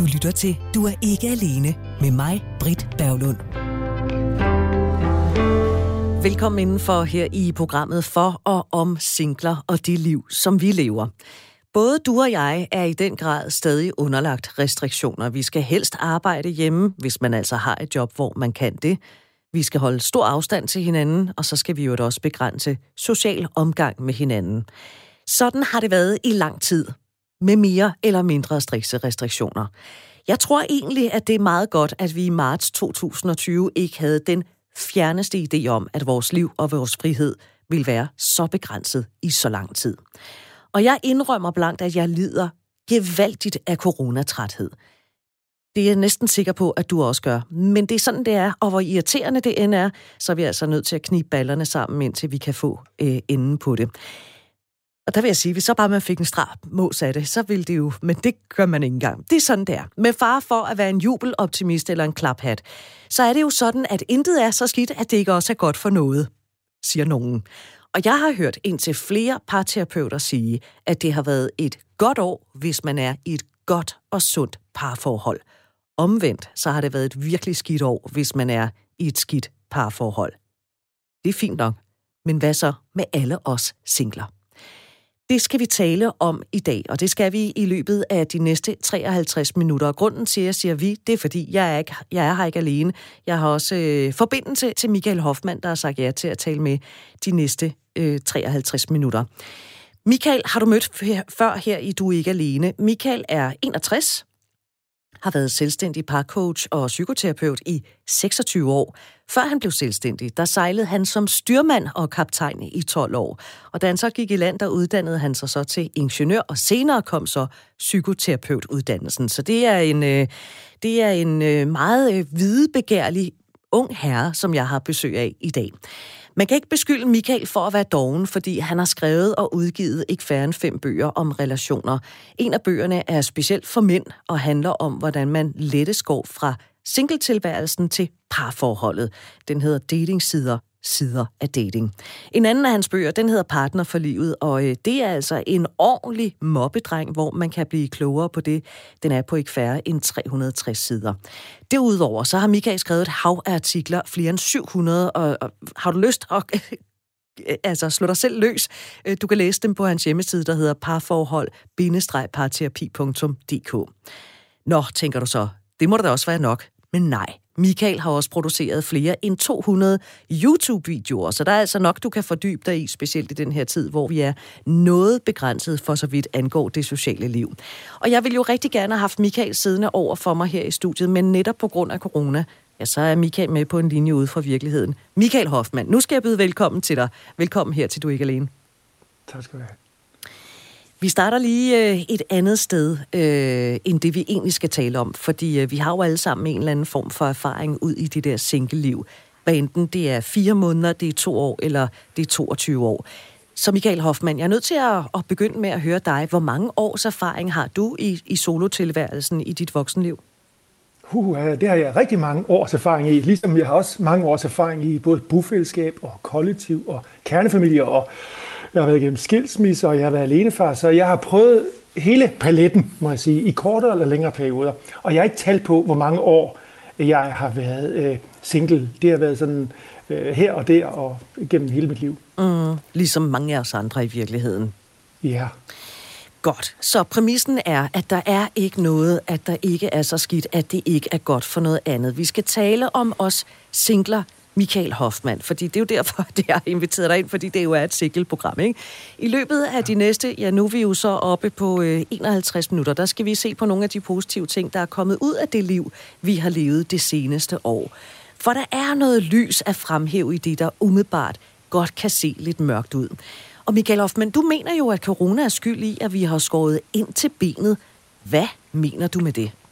Du lytter til Du er ikke alene med mig, Britt Berglund. Velkommen indenfor her i programmet for og om singler og det liv, som vi lever. Både du og jeg er i den grad stadig underlagt restriktioner. Vi skal helst arbejde hjemme, hvis man altså har et job, hvor man kan det. Vi skal holde stor afstand til hinanden, og så skal vi jo også begrænse social omgang med hinanden. Sådan har det været i lang tid, med mere eller mindre strikse restriktioner. Jeg tror egentlig, at det er meget godt, at vi i marts 2020 ikke havde den fjerneste idé om, at vores liv og vores frihed ville være så begrænset i så lang tid. Og jeg indrømmer blankt, at jeg lider gevaldigt af coronatræthed. Det er jeg næsten sikker på, at du også gør. Men det er sådan, det er, og hvor irriterende det end er, så er vi altså nødt til at knibe ballerne sammen, indtil vi kan få enden på det. Og der vil jeg sige, hvis så bare man fik en strap mås af det, så ville det jo, men det gør man ikke engang. Det er sådan, det er. Med fare for at være en jubeloptimist eller en klaphat, så er det jo sådan, at intet er så skidt, at det ikke også er godt for noget, siger nogen. Og jeg har hørt indtil flere parterapeuter sige, at det har været et godt år, hvis man er i et godt og sundt parforhold. Omvendt, så har det været et virkelig skidt år, hvis man er i et skidt parforhold. Det er fint nok, men hvad så med alle os singler? Det skal vi tale om i dag, og det skal vi i løbet af de næste 53 minutter. Og grunden til, at jeg siger vi, det er fordi, jeg er her ikke alene. Jeg har også forbindelse til Michael Hoffmann, der har sagt ja til at tale med de næste 53 minutter. Michael har du mødt før her i Du er ikke alene. Michael er 61, har været selvstændig parcoach og psykoterapeut i 26 år. Før han blev selvstændig, der sejlede han som styrmand og kaptajn i 12 år. Og da han så gik i land, der uddannede han sig så til ingeniør, og senere kom så psykoterapeutuddannelsen. Så det er en meget videbegærlig ung herre, som jeg har besøg af i dag. Man kan ikke beskylde Michael for at være doven, fordi han har skrevet og udgivet ikke færre end 5 bøger om relationer. En af bøgerne er specielt for mænd og handler om, hvordan man lettes går fra singletilværelsen til parforholdet. Den hedder Sider af dating. En anden af hans bøger, den hedder Partner for livet, og det er altså en ordentlig mobbedreng, hvor man kan blive klogere på det. Den er på ikke færre end 360 sider. Derudover så har Michael skrevet et hav af artikler, flere end 700, og har du lyst at slå dig selv løs? Du kan læse dem på hans hjemmeside, der hedder parforhold-parterapi.dk. Nå, tænker du så, det må da også være nok, men nej. Michael har også produceret flere end 200 YouTube-videoer, så der er altså nok, du kan fordybe dig i, specielt i den her tid, hvor vi er noget begrænset for så vidt angår det sociale liv. Og jeg vil jo rigtig gerne have haft Michael siddende over for mig her i studiet, men netop på grund af corona, ja, så er Michael med på en linje ude fra virkeligheden. Michael Hoffmann, nu skal jeg byde velkommen til dig. Velkommen her til Du er ikke alene. Tak skal du have. Vi starter lige et andet sted, end det vi egentlig skal tale om, fordi vi har jo alle sammen en eller anden form for erfaring ud i det der single-liv. Hvad enten det er 4 måneder, det er 2 år, eller det er 22 år. Så Michael Hoffmann, jeg er nødt til at begynde med at høre dig. Hvor mange års erfaring har du i solotilværelsen i dit voksenliv? Det har jeg rigtig mange års erfaring i, ligesom jeg har også mange års erfaring i både bofællesskab og kollektiv og kernefamilier, og jeg har været igennem skilsmisser, og jeg har været alenefar, så jeg har prøvet hele paletten, må jeg sige, i kortere eller længere perioder. Og jeg har ikke talt på, hvor mange år jeg har været single. Det har været sådan her og der og gennem hele mit liv. Ligesom mange af os andre i virkeligheden. Ja. Godt. Så præmissen er, at der er ikke noget, at der ikke er så skidt, at det ikke er godt for noget andet. Vi skal tale om os singler, Michael Hoffmann, fordi det er jo derfor, det har inviteret dig ind, fordi det jo er et single-program, ikke? I løbet af de næste, nu er vi jo så oppe på 51 minutter, der skal vi se på nogle af de positive ting, der er kommet ud af det liv, vi har levet det seneste år. For der er noget lys at fremhæve i det, der umiddelbart godt kan se lidt mørkt ud. Og Michael Hoffmann, du mener jo, at corona er skyld i, at vi har skåret ind til benet. Hvad mener du med det?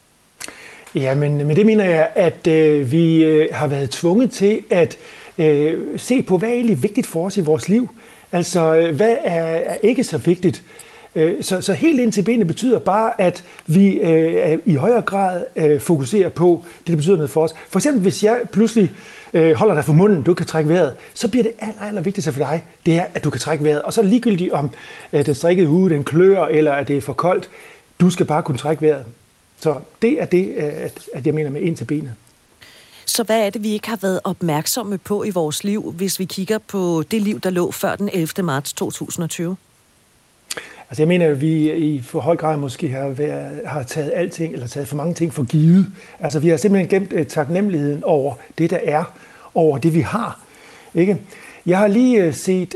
Ja, men det mener jeg, at vi har været tvunget til at se på, hvad er egentlig vigtigt for os i vores liv. Altså, hvad er ikke så vigtigt? Så helt ind til benet betyder bare, at vi i højere grad fokuserer på det, der betyder noget for os. For eksempel, hvis jeg pludselig holder dig for munden, du kan trække vejret, så bliver det aller vigtigste for dig, det er, at du kan trække vejret. Og så ligegyldigt om den strikkede hue, den klør, eller at det er for koldt, du skal bare kunne trække vejret. Så det er det, at jeg mener med ind til benet. Så hvad er det, vi ikke har været opmærksomme på i vores liv, hvis vi kigger på det liv, der lå før den 11. marts 2020? Altså jeg mener, at vi i for høj grad måske har taget alting, eller taget for mange ting for givet. Altså vi har simpelthen gemt taknemmeligheden over det, der er, over det, vi har. Ikke? Jeg har lige set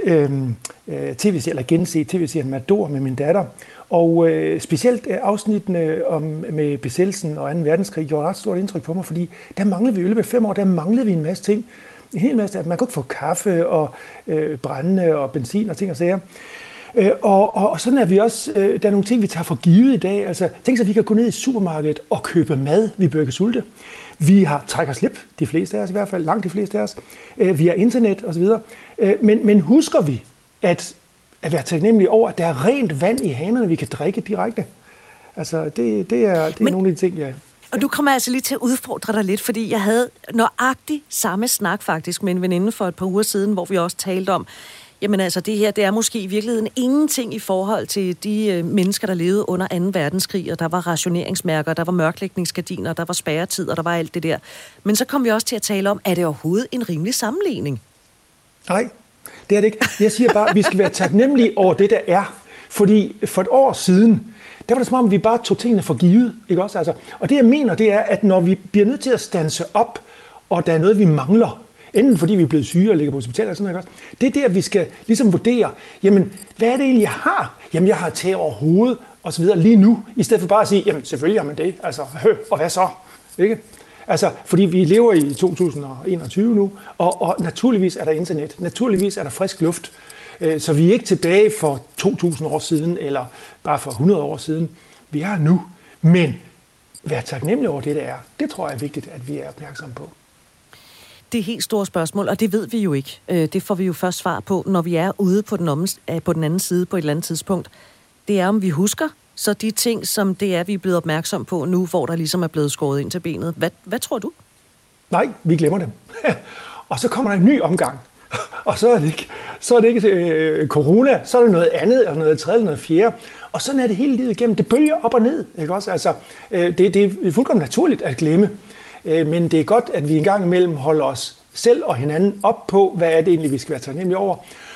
genset tv-serien Matador med min datter, og specielt afsnittene med besættelsen og 2. verdenskrig gjorde ret stort indtryk på mig, fordi der manglede vi i løbet af 5 år, der manglede vi en masse ting. En hel masse, at man kunne ikke få kaffe og brænde og benzin og ting og sager. Og sådan er vi også, der er nogle ting, vi tager for givet i dag. Altså, tænk så, at vi kan gå ned i supermarkedet og købe mad, vi bør ikke sulte. Vi har træk og slip, de fleste af os i hvert fald, langt de fleste af os. Vi har internet osv. Men husker vi at være taknemmelige over, at der er rent vand i hanerne, vi kan drikke direkte? Altså, det er nogle af de ting, jeg... Og du kommer altså lige til at udfordre dig lidt, fordi jeg havde nøjagtigt samme snak faktisk med en veninde for et par uger siden, hvor vi også talte om, jamen altså det her, det er måske i virkeligheden ingenting i forhold til de mennesker, der levede under 2. verdenskrig, og der var rationeringsmærker, der var mørklægningsgardiner, der var spærretid, og der var alt det der. Men så kom vi også til at tale om, er det overhovedet en rimelig sammenligning? Nej, det er det ikke. Jeg siger bare, at vi skal være taknemmelige over det, der er. Fordi for et år siden, der var det som om, vi bare tog tingene for givet. Ikke også? Altså, og det jeg mener, det er, at når vi bliver nødt til at standse op, og der er noget, vi mangler, enten fordi vi er blevet syge og ligger på hospitalet og sådan noget, det er der, vi skal ligesom vurdere, jamen, hvad er det egentlig, jeg har? Jamen, jeg har tag over hovedet og så videre lige nu, i stedet for bare at sige, jamen, selvfølgelig har man det, altså, og hvad så? Ikke? Altså, fordi vi lever i 2021 nu, og naturligvis er der internet, naturligvis er der frisk luft, så vi er ikke tilbage for 2000 år siden, eller bare for 100 år siden. Vi er nu, men vær taknemmelig over det, der er. Det tror jeg er vigtigt, at vi er opmærksomme på. Det er helt store spørgsmål, og det ved vi jo ikke. Det får vi jo først svar på, når vi er ude på den anden side på et eller andet tidspunkt. Det er, om vi husker så de ting, som det er, vi er blevet opmærksom på nu, hvor der ligesom er blevet skåret ind til benet. Hvad tror du? Nej, vi glemmer dem. Og så kommer der en ny omgang. Og så er det ikke corona, så er det noget andet, og noget tredje, noget fjerde. Og sådan er det hele livet igennem. Det bølger op og ned. Ikke også? Altså, det er fuldkommen naturligt at glemme. Men det er godt, at vi en gang imellem holder os selv og hinanden op på, hvad er det egentlig, vi skal være taknemmelige over.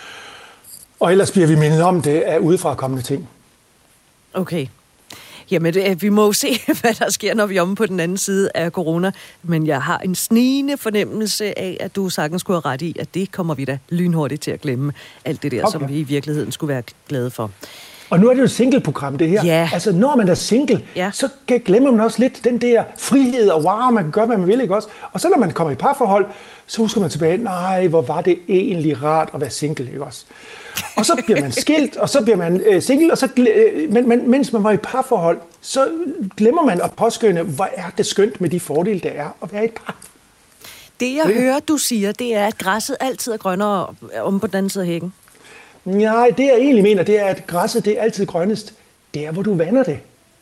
Og ellers bliver vi mindet om det af udefra kommende ting. Okay. Jamen, vi må jo se, hvad der sker, når vi er omme på den anden side af corona. Men jeg har en snigende fornemmelse af, at du sagtens skulle have ret i, at det kommer vi da lynhurtigt til at glemme. Alt det der, okay, som vi i virkeligheden skulle være glade for. Og nu er det jo et single-program, det her. Ja. Altså, når man er single, så glemmer man også lidt den der frihed, og wow, man kan gøre, hvad man vil, ikke også? Og så når man kommer i parforhold, så husker man tilbage, nej, hvor var det egentlig rart at være single, ikke også? Og så bliver man skilt, og så bliver man single, og så, men mens man var i parforhold, så glemmer man at påskynde, hvor er det skønt med de fordele, der er at være i et par. Det jeg hører, du siger, det er, at græsset altid er grønnere om på den anden side af hækken. Nej, det jeg egentlig mener, det er, at græsset det er altid grønnest. Det er, hvor du vander det.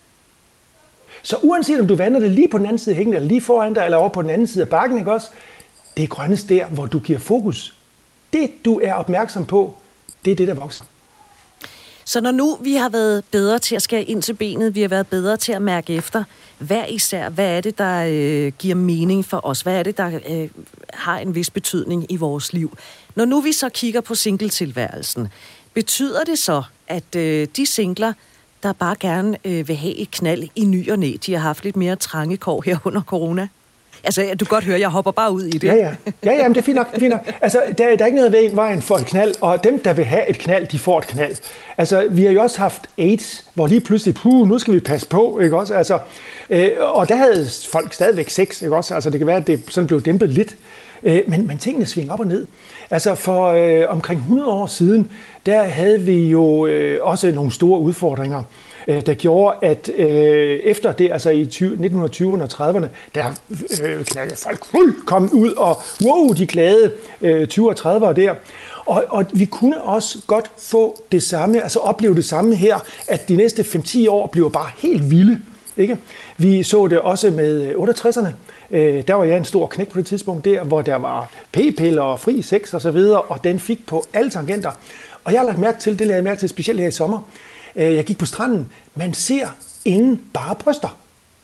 Så uanset om du vander det lige på den anden side af hækken, eller lige foran dig, eller over på den anden side af bakken, ikke også? Det er grønnest der, hvor du giver fokus. Det, du er opmærksom på, det er det, der vokser. Så når nu vi har været bedre til at skære ind til benet, vi har været bedre til at mærke efter, hvad er det, der giver mening for os? Hvad er det, der har en vis betydning i vores liv? Når nu vi så kigger på singletilværelsen, betyder det så, at de singler, der bare gerne vil have et knald i ny og næ, de har haft lidt mere trange kår her under corona? Altså, du kan godt høre, jeg hopper bare ud i det. Ja, men det er fint nok. Altså, der er ikke noget ved vejen for et knald, og dem, der vil have et knald, de får et knald. Altså, vi har jo også haft AIDS, hvor lige pludselig, nu skal vi passe på, ikke også? Altså, og der havde folk stadigvæk sex, ikke også? Altså, det kan være, at det sådan blev dæmpet lidt. Men tingene svinger op og ned. Altså, for omkring 100 år siden, der havde vi jo også nogle store udfordringer, der gjorde, at efter det, altså i 1920'erne og 30'erne, der knaldede folk kom ud, og wow, de glade 20'ere og 30'ere der. Og vi kunne også godt få det samme, altså opleve det samme her, at de næste 5-10 år bliver bare helt vilde. Ikke? Vi så det også med 68'erne. Der var jeg en stor knæk på det tidspunkt der, hvor der var p-piller og fri sex og så videre, og den fik på alle tangenter. Og jeg har lagt mærke til, det lagde jeg mærke til specielt her i sommer. Jeg gik på stranden. Man ser ingen bare bryster.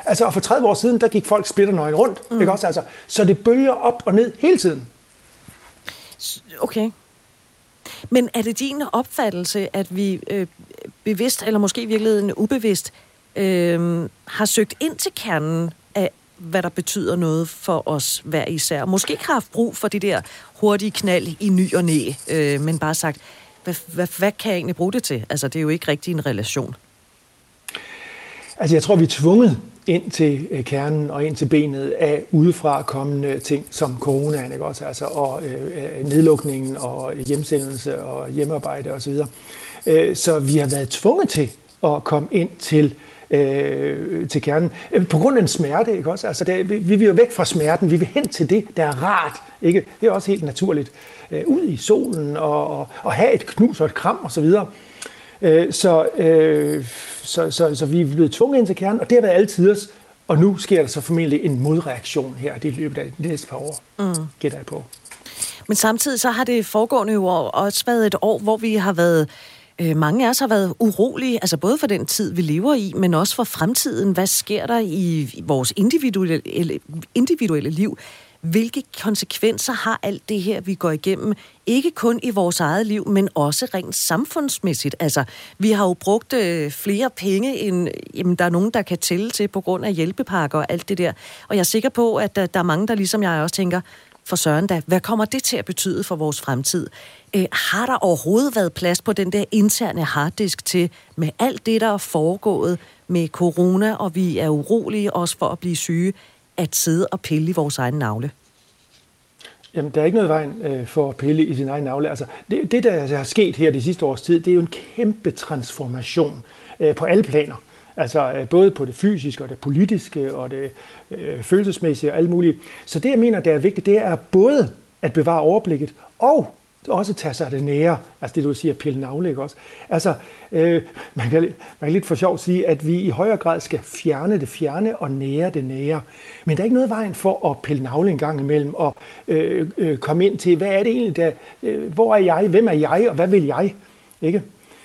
Altså, og for 30 år siden, der gik folk splitternøgne rundt. Ikke også? Altså, så det bølger op og ned hele tiden. Okay. Men er det din opfattelse, at vi bevidst, eller måske i virkeligheden ubevidst, har søgt ind til kernen af, hvad der betyder noget for os hver især? Måske ikke har haft brug for det der hurtige knald i ny og næ, men bare sagt, hvad kan jeg egentlig bruge det til? Altså, det er jo ikke rigtig en relation. Altså, jeg tror, vi er tvunget ind til kernen og ind til benet af udefra kommende ting, som coronaen, ikke også? Altså, og nedlukningen og hjemsendelse og hjemmearbejde osv. Så vi har været tvunget til at komme ind til kernen. På grund af en smerte, ikke også? Altså, vi vil jo væk fra smerten, vi vil hen til det, der er rart, ikke? Det er også helt naturligt. Ud i solen og have et knus og et kram og så videre. Så vi er blevet tvunget ind til kernen, og det har været altid, og nu sker der så formentlig en modreaktion her i løbet af de næste par år, gætter jeg på. Men samtidig så har det foregående år også været et år, hvor vi har været, mange af os har været urolige, altså både for den tid, vi lever i, men også for fremtiden. Hvad sker der i vores individuelle liv? Hvilke konsekvenser har alt det her, vi går igennem? Ikke kun i vores eget liv, men også rent samfundsmæssigt. Altså, vi har jo brugt flere penge, end der er nogen, der kan tælle til på grund af hjælpepakker og alt det der. Og jeg er sikker på, at der er mange, der ligesom jeg også tænker, for søren da, hvad kommer det til at betyde for vores fremtid? Har der overhovedet været plads på den der interne harddisk til, med alt det, der er foregået med corona, og vi er urolige også for at blive syge, at sidde og pille i vores egen navle? Jamen, der er ikke noget vejen for at pille i sin egen navle. Altså, det, der har sket her de sidste års tid, det er jo en kæmpe transformation på alle planer. Altså, både på det fysiske og det politiske og det følelsesmæssige og alt muligt. Så det, jeg mener, der er vigtigt, det er både at bevare overblikket og også tage sig af det nære, altså det du siger, pille navle, ikke også? Altså, man kan lidt for sjovt sige, at vi i højere grad skal fjerne det fjerne og nære det nære. Men der er ikke noget vejen for at pille navle en gang imellem og komme ind til, hvad er det egentlig, hvor er jeg, hvem er jeg, og hvad vil jeg? Ikke?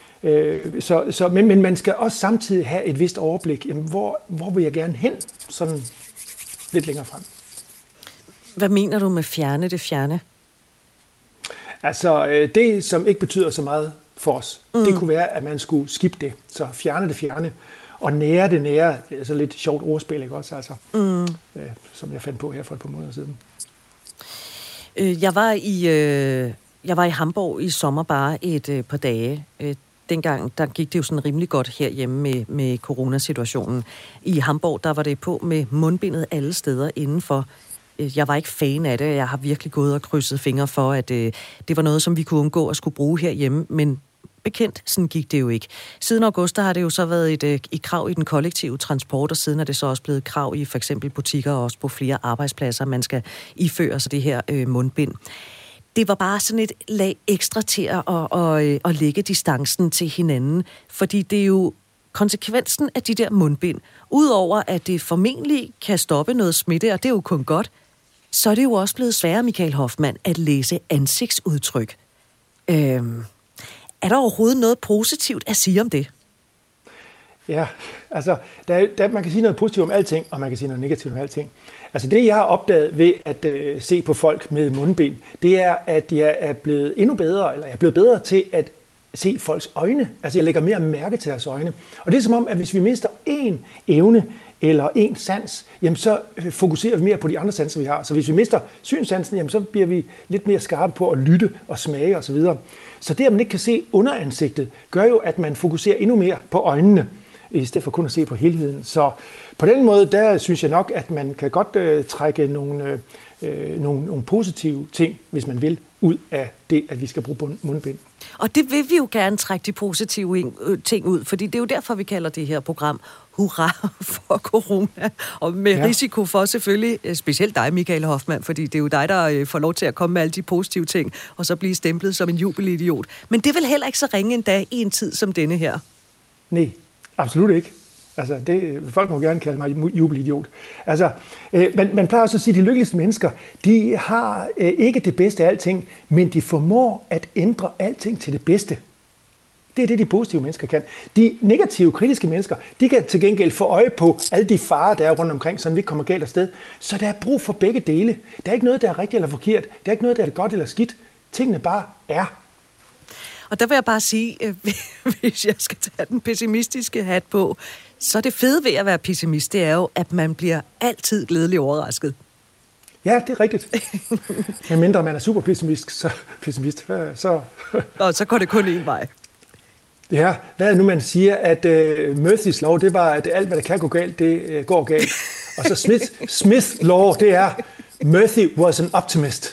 Men man skal også samtidig have et vist overblik. Jamen, hvor vil jeg gerne hen? Sådan lidt længere frem. Hvad mener du med fjerne det fjerne? Altså, det, som ikke betyder så meget for os, det kunne være, at man skulle skippe det. Så fjerne det fjerne, og nære det nære. Det er så lidt sjovt ordspil, ikke også? Altså, som jeg fandt på her for et par måneder siden. Jeg var i Hamburg i sommer bare et par dage. Dengang, der gik det jo sådan rimelig godt herhjemme med coronasituationen. I Hamburg, der var det på med mundbindet alle steder indenfor. Jeg var ikke fan af det. Jeg har virkelig gået og krydset fingre for, at det var noget, som vi kunne undgå at skulle bruge herhjemme. Men bekendt, sådan gik det jo ikke. Siden august, der har det jo så været et krav i den kollektive transport, og siden er det så også blevet et krav i for eksempel butikker og også på flere arbejdspladser, man skal iføre sig det her mundbind. Det var bare sådan et lag ekstra til at lægge distancen til hinanden, fordi det er jo konsekvensen af de der mundbind. Udover at det formentlig kan stoppe noget smitte, og det er jo kun godt, så er det jo også blevet sværere, Michael Hofmann, at læse ansigtsudtryk. Er der overhovedet noget positivt at sige om det? Ja, altså, man kan sige noget positivt om alting, og man kan sige noget negativt om alting. Altså det, jeg har opdaget ved at se på folk med mundbind, det er, at jeg er blevet endnu bedre, eller jeg er blevet bedre til at se folks øjne. Altså jeg lægger mere mærke til deres øjne. Og det er som om, at hvis vi mister en evne eller en sans, jamen så fokuserer vi mere på de andre sanser, vi har. Så hvis vi mister synssansen, jamen så bliver vi lidt mere skarpe på at lytte og smage osv. Så det, at man ikke kan se underansigtet, gør jo, at man fokuserer endnu mere på øjnene, i stedet for kun at se på helheden. Så på den måde, der synes jeg nok, at man kan godt trække nogle positive ting, hvis man vil, ud af det, at vi skal bruge mundbind. Og det vil vi jo gerne trække de positive ting ud, fordi det er jo derfor, vi kalder det her program Hurra for corona, og med risiko for selvfølgelig, specielt dig, Michael Hofmann, fordi det er jo dig, der får lov til at komme med alle de positive ting, og så blive stemplet som en jubelidiot. Men det er vel heller ikke så ringe en dag i en tid som denne her? Nej, absolut ikke. Altså, folk må gerne kalde mig jubelidiot. Altså, man plejer også at sige, at de lykkeligste mennesker, de har ikke det bedste af alting, men de formår at ændre alting til det bedste. Det er det, de positive mennesker kan. De negative, kritiske mennesker, de kan til gengæld få øje på alle de farer, der er rundt omkring, så vi ikke kommer galt afsted. Så der er brug for begge dele. Der er ikke noget, der er rigtigt eller forkert. Der er ikke noget, der er godt eller skidt. Tingene bare er. Og der vil jeg bare sige, hvis jeg skal tage den pessimistiske hat på, så det fede ved at være pessimist, det er jo, at man bliver altid glædelig overrasket. Ja, det er rigtigt. Men mindre man er super pessimist, så... Og så går det kun en vej. Ja, hvad er det nu, man siger, at Murphys lov, det var, at alt, hvad der kan gå galt, det går galt. Og så Smith's lov, det er, Murphy was an optimist.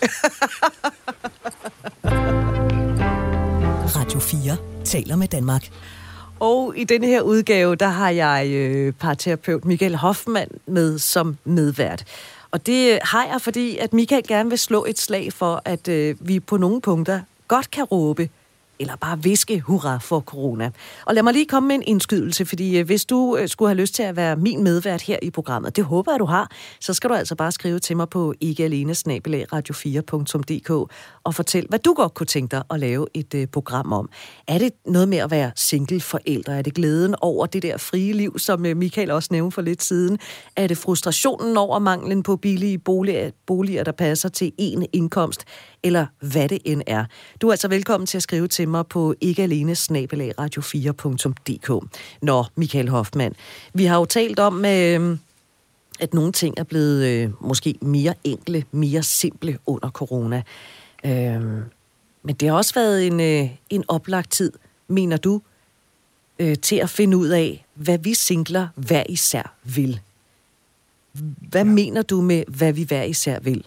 Radio 4 taler med Danmark. Og i denne her udgave, der har jeg parterapeut Michael Hoffmann med som medvært. Og det har jeg, fordi at Michael gerne vil slå et slag for, at vi på nogle punkter godt kan råbe, eller bare viske hurra for corona. Og lad mig lige komme med en indskydelse, fordi hvis du skulle have lyst til at være min medvært her i programmet, det håber jeg, du har, så skal du altså bare skrive til mig på ikkealene@radio4.dk og fortæl, hvad du godt kunne tænke dig at lave et program om. Er det noget med at være single forældre? Er det glæden over det der frie liv, som Michael også nævnte for lidt siden? Er det frustrationen over manglen på billige boliger, der passer til én indkomst? Eller hvad det end er. Du er altså velkommen til at skrive til mig på ikkealene@radio4.dk. Nå, Michael Hoffmann, vi har jo talt om, at nogle ting er blevet måske mere enkle, mere simple under corona. Men det har også været en oplagt tid, mener du, til at finde ud af, hvad vi singler hver især vil. Hvad mener du med, hvad vi hver især vil?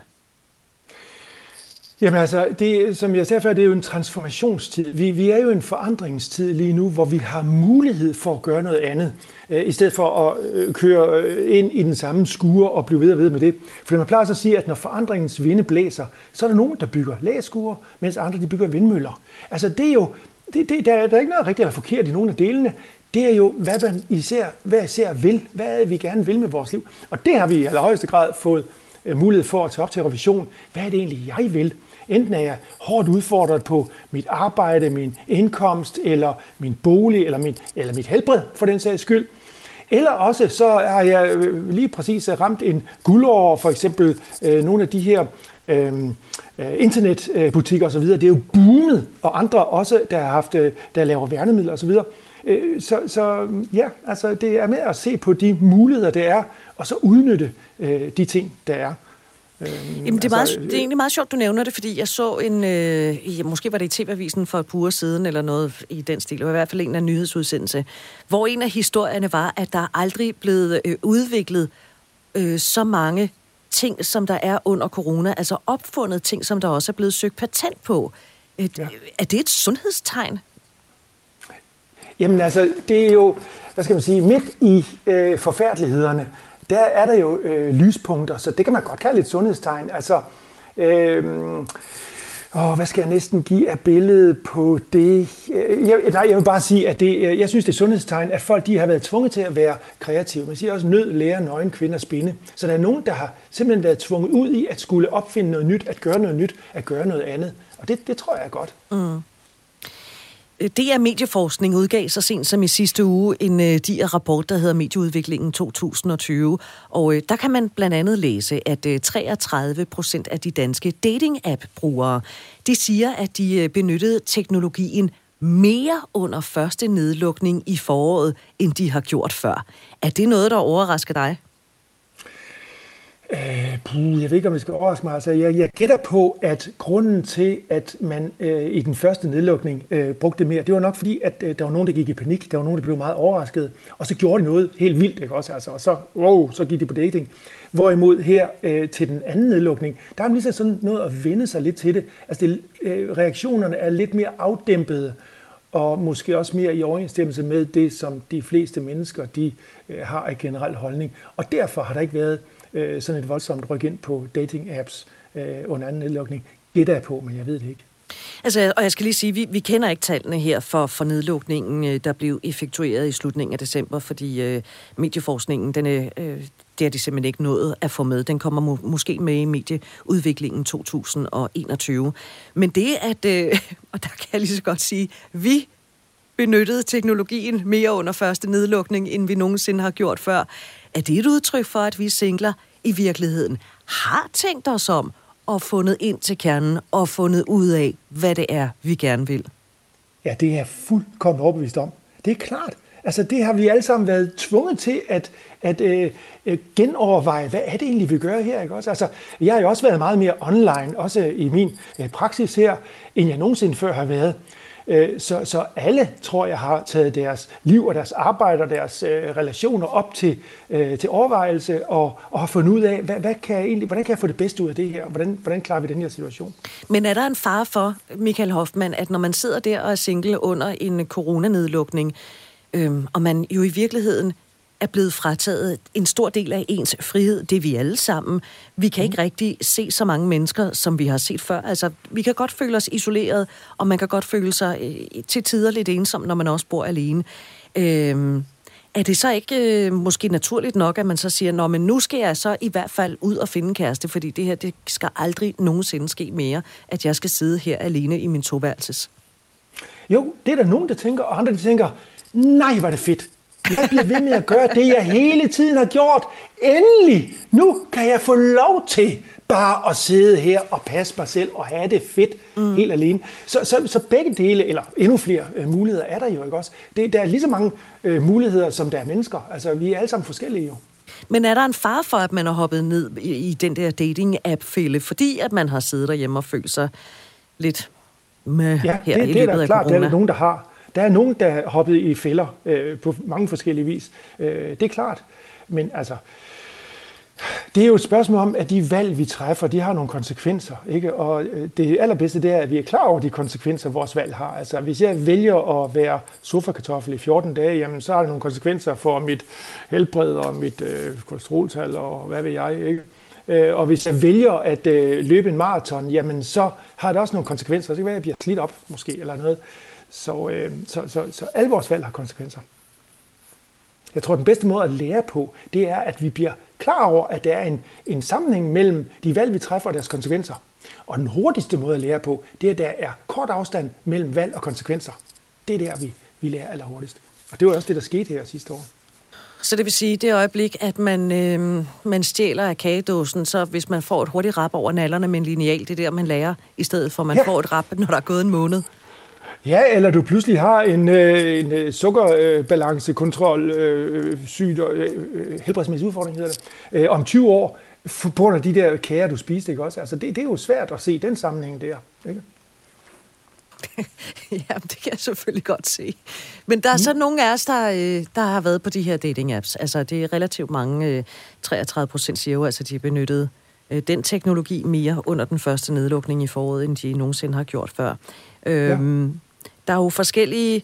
Jamen altså, det, som jeg sagde før, det er jo en transformationstid. Vi er jo i en forandringstid lige nu, hvor vi har mulighed for at gøre noget andet, i stedet for at køre ind i den samme skure og blive ved og ved med det. For man plejer så at sige, at når forandringens vinde blæser, så er der nogen, der bygger læskure, mens andre de bygger vindmøller. Altså det er jo, der er ikke noget rigtigt eller forkert i nogle af delene. Det er jo, hvad man især vil, hvad vi gerne vil med vores liv. Og det har vi i allerhøjeste grad fået mulighed for at tage op til revision. Hvad er det egentlig, jeg vil? Enten er jeg hårdt udfordret på mit arbejde, min indkomst, eller min bolig, eller mit helbred, for den sags skyld. Eller også så er jeg lige præcis ramt en guldår, for eksempel nogle af de her internetbutikker osv. Det er jo boomet, og andre også, der laver værnemidler osv. Så ja, altså det er med at se på de muligheder, der er, og så udnytte de ting, der er. Jamen, det er egentlig meget sjovt, du nævner det, fordi jeg så måske var det i TV-avisen for et par uger siden, eller noget i den stil, det var i hvert fald en af nyhedsudsendelse, hvor en af historierne var, at der aldrig blevet udviklet så mange ting, som der er under corona, altså opfundet ting, som der også er blevet søgt patent på. Er det et sundhedstegn? Jamen altså, det er jo, hvad skal man sige, midt i forfærdelighederne, der er der jo lyspunkter, så det kan man godt kalde et sundhedstegn. Altså, hvad skal jeg næsten give af billede på det? Jeg vil bare sige, at jeg synes, det er sundhedstegn, at folk de har været tvunget til at være kreative. Man siger også, nød lærer nøgen kvinder spinde. Så der er nogen, der har simpelthen været tvunget ud i at skulle opfinde noget nyt, at gøre noget nyt, at gøre noget andet. Og det tror jeg er godt. Mm. DR Medieforskning udgav så sent som i sidste uge en diger rapport, der hedder Medieudviklingen 2020. Og der kan man blandt andet læse, at 33% af de danske dating-app-brugere, de siger, at de benyttede teknologien mere under første nedlukning i foråret, end de har gjort før. Er det noget, der overrasker dig? Jeg ved ikke, om det skal overraske mig. Altså, jeg gætter på, at grunden til, at man i den første nedlukning brugte mere, det var nok fordi, at der var nogen, der gik i panik. Der var nogen, der blev meget overrasket. Og så gjorde de noget helt vildt, ikke også? Altså, og så gik de på dating. Hvorimod her til den anden nedlukning, der er man lige sådan noget at vende sig lidt til det. Altså, reaktionerne er lidt mere afdæmpede, og måske også mere i overensstemmelse med det, som de fleste mennesker de har af generel holdning. Og derfor har der ikke været sådan et voldsomt ryk ind på dating-apps under anden nedlukning. Gætter jeg på, men jeg ved det ikke. Altså, og jeg skal lige sige, vi kender ikke tallene her for nedlukningen, der blev effektueret i slutningen af december, fordi medieforskningen, det har de simpelthen ikke nået at få med. Den kommer måske med i medieudviklingen 2021. Men det, at, og der kan jeg lige så godt sige, vi benyttet teknologien mere under første nedlukning, end vi nogensinde har gjort før. Er det et udtryk for, at vi singler i virkeligheden har tænkt os om og fundet ind til kernen og fundet ud af, hvad det er, vi gerne vil? Ja, det er jeg fuldkommen overbevist om. Det er klart. Altså, det har vi alle sammen været tvunget til at genoverveje, hvad er det egentlig, vi gør her, ikke også? Altså, jeg har jo også været meget mere online, også i min praksis her, end jeg nogensinde før har været. Så alle, tror jeg, har taget deres liv og deres arbejde og deres relationer op til overvejelse og har fundet ud af, hvordan kan jeg få det bedste ud af det her, og hvordan klarer vi den her situation. Men er der en fare for, Michael Hoffmann, at når man sidder der og er single under en coronanedlukning, og man jo i virkeligheden er blevet frataget en stor del af ens frihed, det er vi alle sammen. Vi kan ikke rigtig se så mange mennesker, som vi har set før. Altså, vi kan godt føle os isoleret, og man kan godt føle sig til tider lidt ensom, når man også bor alene. Er det så ikke måske naturligt nok, at man så siger, men nu skal jeg så i hvert fald ud og finde en kæreste, fordi det her, det skal aldrig nogensinde ske mere, at jeg skal sidde her alene i min toværelses? Jo, det er der nogen, der tænker, og andre, der tænker, nej, hvor er det fedt. Jeg bliver ved med at gøre det, jeg hele tiden har gjort. Endelig! Nu kan jeg få lov til bare at sidde her og passe mig selv og have det fedt helt alene. Så begge dele, eller endnu flere muligheder er der jo, ikke også? Der er lige så mange muligheder, som der er mennesker. Altså, vi er alle sammen forskellige jo. Men er der en fare for, at man har hoppet ned i den der dating-app-fælde, fordi at man har siddet derhjemme og følt sig lidt med her i løbet af corona? Ja, det er klart, det er der nogen, der har. Der er nogen, der har hoppet i fælder på mange forskellige vis. Det er klart. Men altså, det er jo et spørgsmål om, at de valg, vi træffer, de har nogle konsekvenser. Ikke? Og det allerbedste det er, at vi er klar over de konsekvenser, vores valg har. Altså, hvis jeg vælger at være sofakartoffel i 14 dage, jamen, så har det nogle konsekvenser for mit helbred og mit kolesteroltal og hvad ved jeg. Ikke? Og hvis jeg vælger at løbe en maraton, jamen, så har det også nogle konsekvenser. Så det kan være, at jeg bliver slidt op måske eller noget. Så alle vores valg har konsekvenser. Jeg tror, den bedste måde at lære på, det er, at vi bliver klar over, at der er en sammenhæng mellem de valg, vi træffer og deres konsekvenser. Og den hurtigste måde at lære på, det er, at der er kort afstand mellem valg og konsekvenser. Det er der, vi lærer allerhurtigst. Og det var også det, der skete her sidste år. Så det vil sige, det øjeblik, at man stjæler af kagedåsen, så hvis man får et hurtigt rap over nallerne med en lineal, det er der, man lærer, i stedet for, at man får et rap, når der er gået en måned. Ja, eller du pludselig har en sukkerbalancekontrol, helbredsmæssig udfordring, hedder det, om 20 år, på grund af de der kager, du spiste, ikke også? Altså, det er jo svært at se den sammenhæng der, ikke? Ja, det kan jeg selvfølgelig godt se. Men der er så nogle af os, der har været på de her dating-apps. Altså, det er relativt mange, 33% siger jo, altså de har benyttet den teknologi mere under den første nedlukning i foråret, end de nogensinde har gjort før. Der er jo forskellige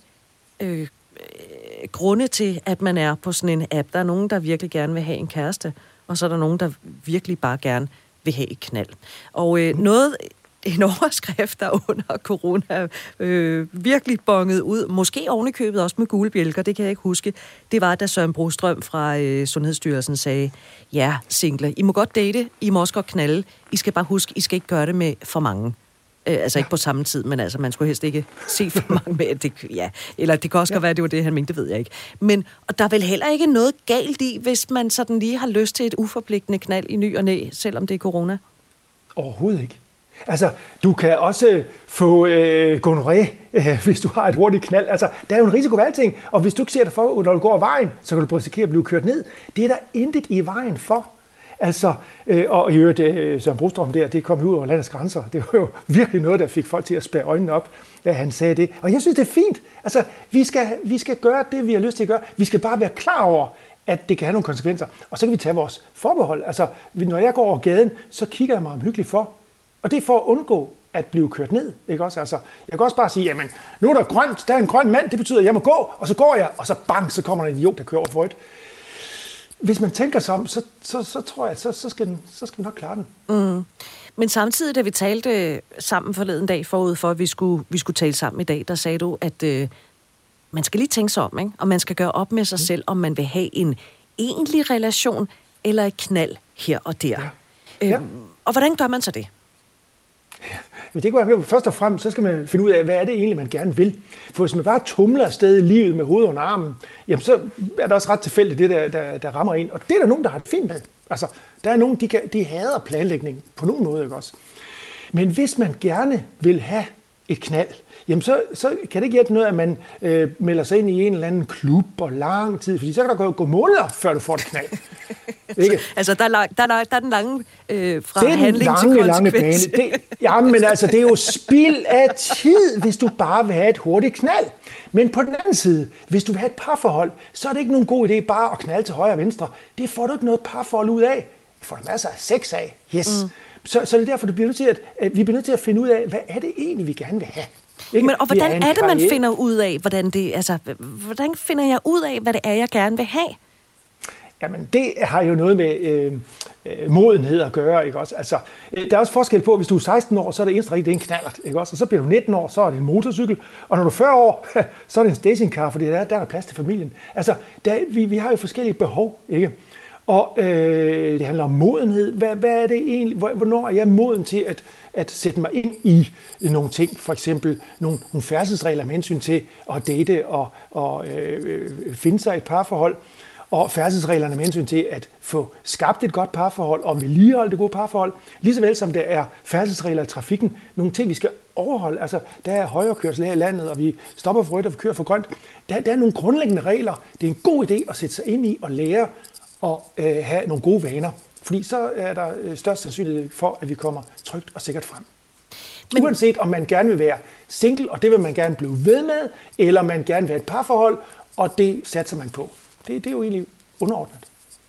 grunde til, at man er på sådan en app. Der er nogen, der virkelig gerne vil have en kæreste, og så er der nogen, der virkelig bare gerne vil have et knald. Og en overskrift, der under corona virkelig bonget ud, måske ovenikøbet også med gule bjælker, det kan jeg ikke huske, det var, da Søren Brostrøm fra Sundhedsstyrelsen sagde, ja, singler, I må godt date, I må også godt knalde, I skal bare huske, I skal ikke gøre det med for mange. Altså ikke på samme tid, men altså, man skulle helst ikke se for mange med det. Ja, eller det kan også være, det var det, han mente, det ved jeg ikke. Men og der er vel heller ikke noget galt i, hvis man sådan lige har lyst til et uforpligtende knald i ny og næ, selvom det er corona? Overhovedet ikke. Altså, du kan også få gonorrhé, hvis du har et hurtigt knald. Altså, der er jo en risiko ved alting, og hvis du ikke ser det for, når du går vejen, så kan du risikere at blive kørt ned. Det er der intet i vejen for. Altså, og i øvrigt, Søren Brostrøm der, det kom ud over landets grænser. Det var jo virkelig noget, der fik folk til at spærre øjnene op, da han sagde det. Og jeg synes, det er fint. Altså, vi skal gøre det, vi har lyst til at gøre. Vi skal bare være klar over, at det kan have nogle konsekvenser. Og så kan vi tage vores forbehold. Altså, når jeg går over gaden, så kigger jeg mig omhyggeligt for. Og det er for at undgå at blive kørt ned, ikke også? Altså, jeg kan også bare sige, jamen, nu er der grønt, der er en grøn mand, det betyder, at jeg må gå, og så går jeg, og så bang, så kommer der en idiot, der kører over for rødt. Hvis man tænker sig om, så tror jeg, så skal vi nok klare den. Mm. Men samtidig, da vi talte sammen forleden dag forud for, at vi skulle tale sammen i dag, der sagde du, at man skal lige tænke sig om, ikke? Og man skal gøre op med sig selv, om man vil have en egentlig relation, eller et knald her og der. Ja. Og hvordan gør man så det? det kan være, først og fremmest, så skal man finde ud af, hvad er det egentlig, man gerne vil. For hvis man bare tumler afsted i livet med hovedet under armen, jamen så er det også ret tilfældigt, det der rammer ind. Og det er der nogen, der har det fint med. Altså, der er nogen, de hader planlægning på nogen måde, ikke også? Men hvis man gerne vil have et knald, jamen så kan det ikke hjælpe noget, at man melder sig ind i en eller anden klub og lang tid, fordi så kan der gå måneder, før du får et knald. Ikke? Altså, der er den lange fra handling til konsekvens. Men altså, det er jo spild af tid, hvis du bare vil have et hurtigt knald. Men på den anden side, hvis du vil have et parforhold, så er det ikke nogen god idé bare at knalde til højre og venstre. Det får du ikke noget parforhold ud af. Det får du masser af sex af. Yes. Så det er derfor, vi bliver nødt til at finde ud af, hvad er det egentlig, vi gerne vil have. Men og hvordan er det, man finder ud af, hvordan finder jeg ud af, hvad det er, jeg gerne vil have? Jamen, det har jo noget med modenhed at gøre, ikke også? Altså, der er også forskel på, hvis du er 16 år, så er det eneste rigtigt, det er en knallert, ikke også? Og så bliver du 19 år, så er det en motorcykel, og når du er 40 år, så er det en stationcar, fordi der er plads til familien. Altså, vi har jo forskellige behov, ikke? Og det handler om modenhed. Hvad er det egentlig? Hvornår er jeg moden til at sætte mig ind i nogle ting? For eksempel nogle færdselsregler med hensyn til at date og finde sig et parforhold. Og færdselsreglerne med hensyn til at få skabt et godt parforhold og vedligeholde det gode parforhold. Ligesåvel som der er færdselsregler i trafikken. Nogle ting, vi skal overholde. Altså, der er højrekørsel her i landet, og vi stopper for rødt og vi kører for grønt. Der er nogle grundlæggende regler. Det er en god idé at sætte sig ind i og lære og have nogle gode vaner. Fordi så er der størst sandsynlighed for, at vi kommer trygt og sikkert frem. Men uanset om man gerne vil være single, og det vil man gerne blive ved med, eller man gerne vil have et parforhold, og det satser man på. Det er jo egentlig underordnet.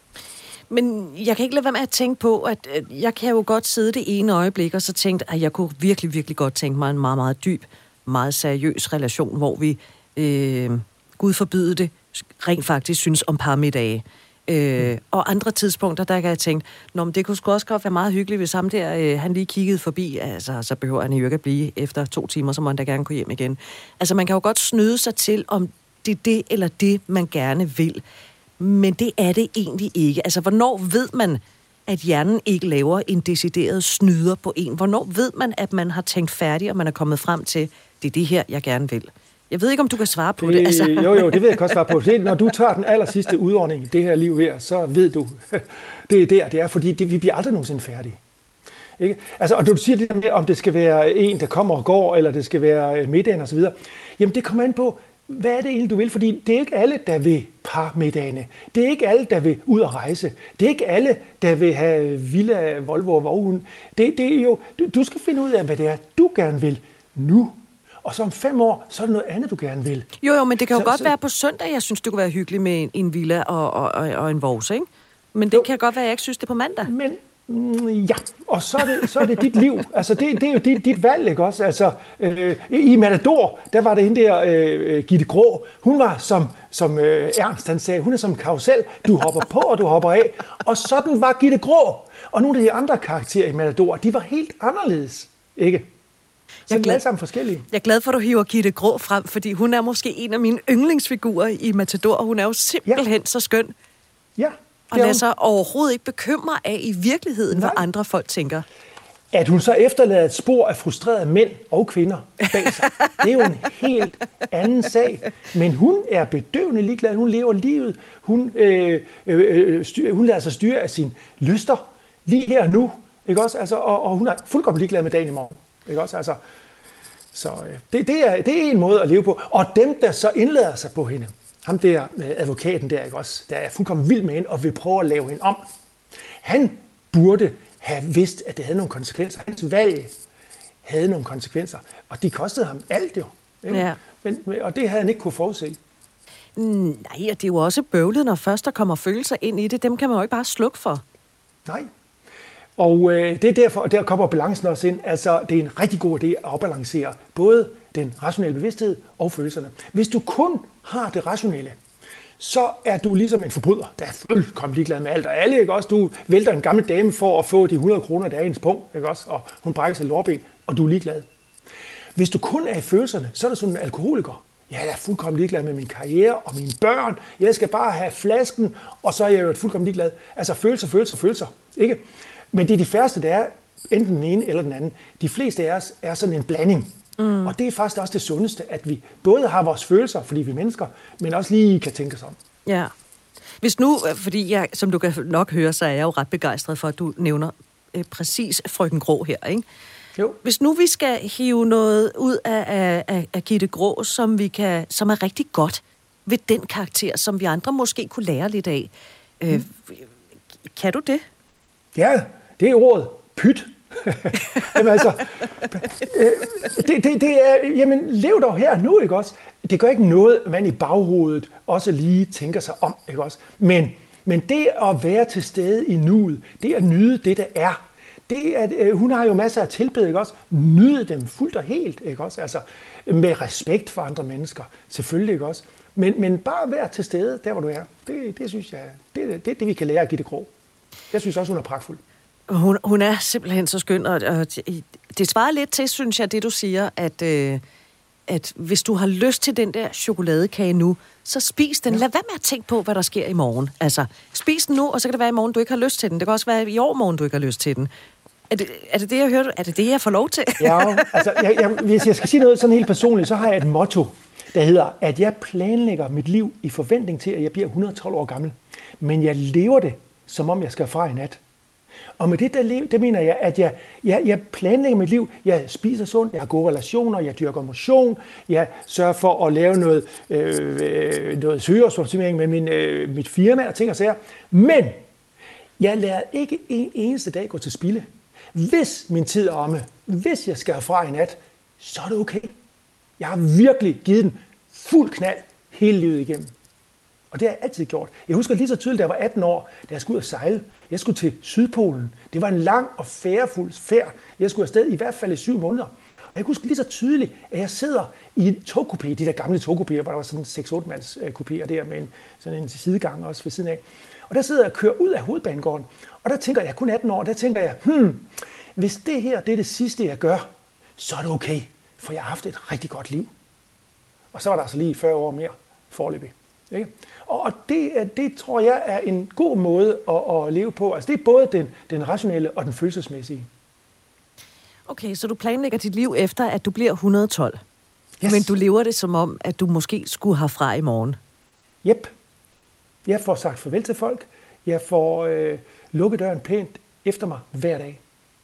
Men jeg kan ikke lade være med at tænke på, at jeg kan jo godt sidde det ene øjeblik, og så tænke, at jeg kunne virkelig, virkelig godt tænke mig en meget, meget dyb, meget seriøs relation, hvor vi, Gud forbyde det, rent faktisk synes om parmiddage. Og andre tidspunkter, der kan jeg tænke, men det kunne sgu også godt være meget hyggeligt, hvis ham der, han lige kiggede forbi, altså så behøver han jo ikke at blive efter 2 timer, så må han da gerne gå hjem igen. Altså man kan jo godt snyde sig til, om det er det eller det, man gerne vil. Men det er det egentlig ikke. Altså hvornår ved man, at hjernen ikke laver en decideret snyder på en? Hvornår ved man, at man har tænkt færdigt, og man er kommet frem til, det er det her, jeg gerne vil? Jeg ved ikke, om du kan svare på det. Altså. Jo, det ved jeg godt svare på. Når du tager den aller sidste udordning i det her liv her, så ved du, det er, fordi vi bliver aldrig nogensinde færdige. Ikke? Altså, og du siger det med, om det skal være en, der kommer og går, eller det skal være middagen osv. Jamen, det kommer an på, hvad er det egentlig, du vil? Fordi det er ikke alle, der vil parmiddagene. Det er ikke alle, der vil ud og rejse. Det er ikke alle, der vil have villa, Volvo og vognhund. Det er jo, du skal finde ud af, hvad det er, du gerne vil nu. Og så om 5 år, så er det noget andet, du gerne vil. Jo, men det kan jo godt være på søndag, jeg synes, det kunne være hyggeligt med en villa og en vovs, ikke? Men det kan godt være, jeg ikke synes det på mandag. Men ja, og så er det dit liv. Altså, det er jo dit valg, ikke også? Altså, i Matador, der var det hende der, Gitte Grå. Hun var, som Ernst han sagde, hun er som en karusel. Du hopper på, og du hopper af. Og sådan var Gitte Grå. Og nogle af de andre karakterer i Matador, de var helt anderledes, ikke? Så jeg er alle sammen forskellige. Jeg er glad for, at du hiver Gitte Grå frem, fordi hun er måske en af mine yndlingsfigurer i Matador, og hun er jo simpelthen så skøn. Ja. Og lader sig overhovedet ikke bekymre af i virkeligheden, hvad andre folk tænker. At hun så efterlader et spor af frustrerede mænd og kvinder bag sig, det er jo en helt anden sag. Men hun er bedøvende ligeglad. Hun lever livet. Hun lader sig styre af sine lyster lige her og nu. Ikke også? Altså, og hun er fuldkommen ligeglad med dagen i morgen. Ikke også? Altså, så det er en måde at leve på. Og dem, der så indlader sig på hende, ham der advokaten der, ikke også, der er fuldkommen vild med hende og vil prøve at lave hende om. Han burde have vidst, at det havde nogle konsekvenser. Hans valg havde nogle konsekvenser, og de kostede ham alt jo. Ja. Og det havde han ikke kunne forudse. Nej, og det er jo også bøvlet, når først der kommer følelser ind i det. Dem kan man jo ikke bare slukke for. Nej. Og det er derfor, og der kommer balancen også ind. Altså, det er en rigtig god idé at afbalancere både den rationelle bevidsthed og følelserne. Hvis du kun har det rationelle, så er du ligesom en forbryder, der er fuldkommen ligeglad med alt og alle, ikke også? Du vælter en gammel dame for at få de 100 kroner, der er i ens punkt, ikke også? Og hun brækker sig lårben, og du er ligeglad. Hvis du kun er i følelserne, så er du sådan en alkoholiker. Ja, jeg er fuldkommen ligeglad med min karriere og mine børn. Jeg skal bare have flasken, og så er jeg jo fuldkommen ligeglad. Altså følelser, ikke? Men det er de færreste, der er enten den ene eller den anden. De fleste af os er sådan en blanding. Og det er faktisk også det sundeste, at vi både har vores følelser, fordi vi er mennesker, men også lige kan tænke os om. Ja. Hvis nu, fordi jeg, som du kan nok høre, så er jeg jo ret begejstret for, at du nævner præcis Frøken Grå her, ikke? Jo. Hvis nu vi skal hive noget ud af Gitte Grå, som er rigtig godt ved den karakter, som vi andre måske kunne lære lidt af, kan du det? Ja, det er ordet. Pyt. Jamen altså, det er, jamen lev dog her nu, ikke også? Det gør ikke noget, man i baghovedet også lige tænker sig om, ikke også? Men det at være til stede i nuet, det at nyde det, der er, det at, hun har jo masser af tilbed, ikke også? Nyde dem fuldt og helt, ikke også? Altså, med respekt for andre mennesker, selvfølgelig, ikke også? Men bare være til stede, der hvor du er, det synes jeg, det er det, vi kan lære af Gitte Grå. Jeg synes også, hun er pragtfuld. Hun er simpelthen så skøn, og det svarer lidt til, synes jeg, det du siger, at hvis du har lyst til den der chokoladekage nu, så spis den. Lad være med at tænke på, hvad der sker i morgen. Altså, spis den nu, og så kan det være i morgen, du ikke har lyst til den. Det kan også være i overmorgen, du ikke har lyst til den. Er det det, jeg hørte? Er det det, jeg får lov til? Ja, altså, hvis jeg skal sige noget sådan helt personligt, så har jeg et motto, der hedder, at jeg planlægger mit liv i forventning til, at jeg bliver 112 år gammel. Men jeg lever det, som om jeg skal fra i nat. Og med det mener jeg, at jeg planlægger mit liv. Jeg spiser sundt, jeg har gode relationer, jeg dyrker motion, jeg sørger for at lave noget søgeoptimering med mit firma og ting og sager. Men jeg lader ikke en eneste dag gå til spilde. Hvis min tid er omme, hvis jeg skal herfra i nat, så er det okay. Jeg har virkelig givet den fuld knald hele livet igennem. Og det har jeg altid gjort. Jeg husker lige så tydeligt, da jeg var 18 år, da jeg skulle ud og sejle. Jeg skulle til Sydpolen. Det var en lang og færefuld færd. Jeg skulle afsted i hvert fald i 7 måneder. Og jeg husker lige så tydeligt, at jeg sidder i en togkupé, de der gamle togkupéer, hvor der var sådan 6-8 mands kupéer der med sådan en sidegang også ved siden af. Og der sidder jeg og kører ud af hovedbanegården. Og der tænker jeg, kun 18 år, der tænker jeg, hvis det her det er det sidste, jeg gør, så er det okay, for jeg har haft et rigtig godt liv. Og så var der altså lige 40 år mere foreløbig. Ikke? Og det tror jeg er en god måde at leve på. Altså det er både den rationelle og den følelsesmæssige. Okay, så du planlægger dit liv efter, at du bliver 112. Yes. Men du lever det som om, at du måske skulle herfra i morgen. Jep. Jeg får sagt farvel til folk. Jeg får lukket døren pænt efter mig hver dag.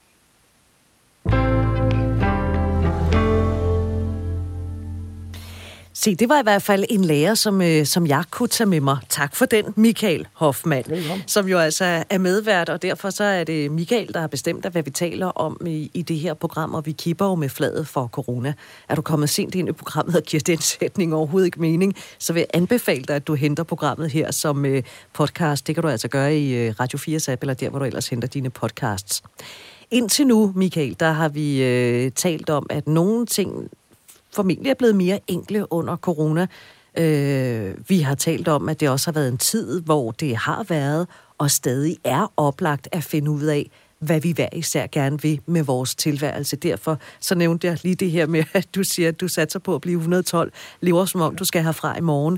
Se, det var i hvert fald en lærer, som jeg kunne tage med mig. Tak for den, Michael Hoffmann, som jo altså er medvært, og derfor så er det Michael, der har bestemt, hvad vi taler om i det her program, og vi kipper jo med flaget for corona. Er du kommet sent ind i programmet og giver den sætning overhovedet ikke mening, så vil jeg anbefale dig, at du henter programmet her som podcast. Det kan du altså gøre i Radio 4's app, eller der, hvor du ellers henter dine podcasts. Indtil nu, Michael, der har vi talt om, at nogle ting formentlig er blevet mere enkle under corona. Vi har talt om, at det også har været en tid, hvor det har været og stadig er oplagt at finde ud af, hvad vi hver især gerne vil med vores tilværelse. Derfor så nævnte jeg lige det her med, at du siger, at du satser på at blive 112, lever som om du skal herfra i morgen.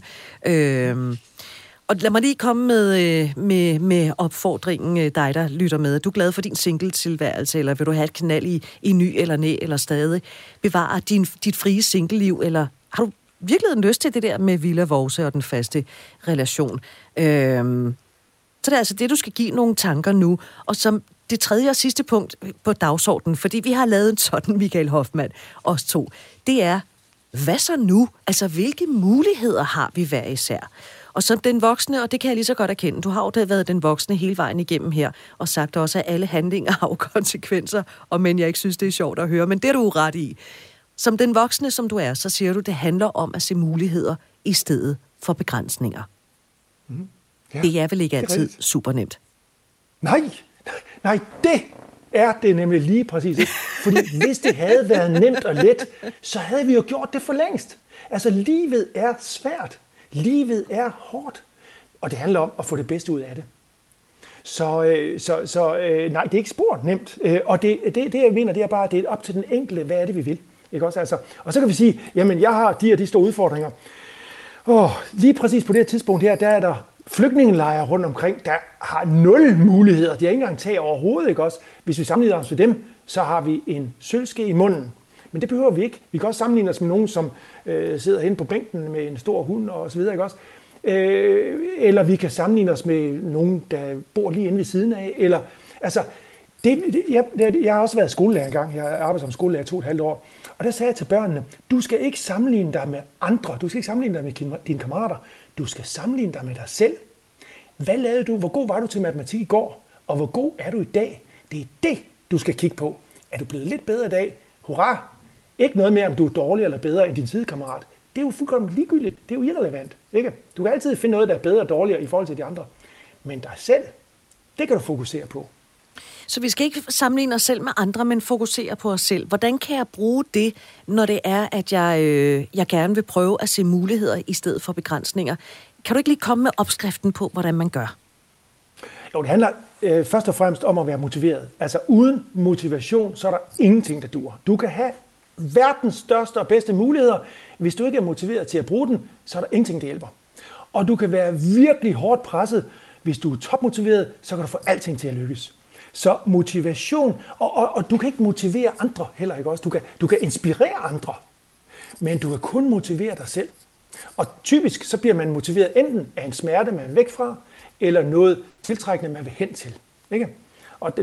Og lad mig lige komme med opfordringen, dig der lytter med. Er du glad for din single-tilværelse, eller vil du have et knald i ny eller næ, eller stadig bevare dit frie single-liv, eller har du virkelig lyst til det der med Villa Vovse og den faste relation? Så det er altså det, du skal give nogle tanker nu, og som det tredje og sidste punkt på dagsordenen, fordi vi har lavet en sådan, Michael Hoffmann, os to, det er, hvad så nu? Altså, hvilke muligheder har vi hver især? Og som den voksne, og det kan jeg lige så godt erkende, du har jo da været den voksne hele vejen igennem her, og sagt også, at alle handlinger har jo konsekvenser, og men jeg ikke synes, det er sjovt at høre, men det er du ret i. Som den voksne, som du er, så siger du, det handler om at se muligheder i stedet for begrænsninger. Mm. Ja, det er vel ikke altid super nemt? Nej, det er det nemlig lige præcis ikke. Fordi hvis det havde været nemt og let, så havde vi jo gjort det for længst. Altså, livet er svært. Livet er hårdt, og det handler om at få det bedste ud af det. Så nej, det er ikke spor nemt. Og det jeg mener, det er bare, at det er op til den enkelte, hvad er det, vi vil. Ikke også? Altså, og så kan vi sige, jamen, jeg har de store udfordringer. Lige præcis på det her tidspunkt her, der er der flygtningelejre rundt omkring, der har 0 muligheder. De har ikke engang tag overhovedet, ikke også? Hvis vi sammenligner os med dem, så har vi en sølvske i munden. Men det behøver vi ikke. Vi kan også sammenligne os med nogen, som sidder hen på bænken med en stor hund og så videre, ikke også? Eller vi kan sammenligne os med nogen, der bor lige inde ved siden af. Eller, altså, jeg har også været skolelærer engang. Jeg har arbejdet som skolelærer 2,5 år. Og der sagde jeg til børnene, du skal ikke sammenligne dig med andre. Du skal ikke sammenligne dig med dine kammerater. Du skal sammenligne dig med dig selv. Hvad lavede du? Hvor god var du til matematik i går? Og hvor god er du i dag? Det er det, du skal kigge på. Er du blevet lidt bedre i dag? Hurra! Ikke noget mere, om du er dårligere eller bedre end din sidekammerat. Det er jo fuldkommen ligegyldigt. Det er jo irrelevant. Ikke? Du kan altid finde noget, der er bedre og dårligere i forhold til de andre. Men dig selv, det kan du fokusere på. Så vi skal ikke sammenligne os selv med andre, men fokusere på os selv. Hvordan kan jeg bruge det, når det er, at jeg gerne vil prøve at se muligheder i stedet for begrænsninger? Kan du ikke lige komme med opskriften på, hvordan man gør? Jo, det handler først og fremmest om at være motiveret. Altså uden motivation, så er der ingenting, der duer. Du kan have verdens største og bedste muligheder. Hvis du ikke er motiveret til at bruge den, så er der ingenting, der hjælper. Og du kan være virkelig hårdt presset. Hvis du er topmotiveret, så kan du få alting til at lykkes. Så motivation, og du kan ikke motivere andre heller, ikke også? Du kan inspirere andre, men du kan kun motivere dig selv. Og typisk så bliver man motiveret enten af en smerte, man vil væk fra, eller noget tiltrækkende, man vil hen til. Ikke? Og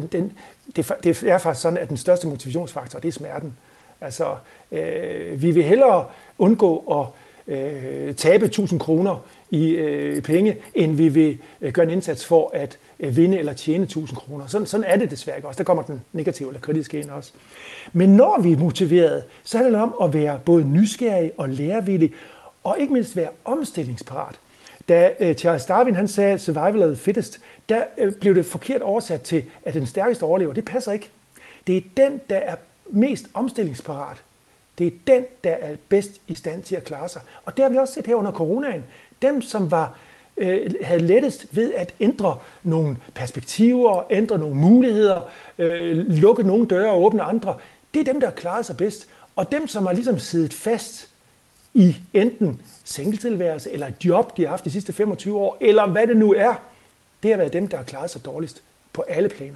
det er faktisk sådan, at den største motivationsfaktor, det er smerten. Altså, vi vil hellere undgå at tabe 1.000 kroner i penge, end vi vil gøre en indsats for at vinde eller tjene 1.000 kroner. Sådan er det desværre ikke også. Der kommer den negative eller kritiske ind også. Men når vi er motiveret, så handler det om at være både nysgerrig og lærevillig, og ikke mindst være omstillingsparat. Da Charles Darwin han sagde survival of the fittest, der blev det forkert oversat til, at den stærkeste overlever. Det passer ikke. Det er den, der er mest omstillingsparat. Det er den, der er bedst i stand til at klare sig. Og det har vi også set her under coronaen. Dem, som havde lettest ved at ændre nogle perspektiver, ændre nogle muligheder, lukke nogle døre og åbne andre, det er dem, der har klaret sig bedst. Og dem, som har ligesom siddet fast i enten singletilværelse eller et job, de har haft de sidste 25 år, eller hvad det nu er, det har været dem, der har klaret sig dårligst på alle planer.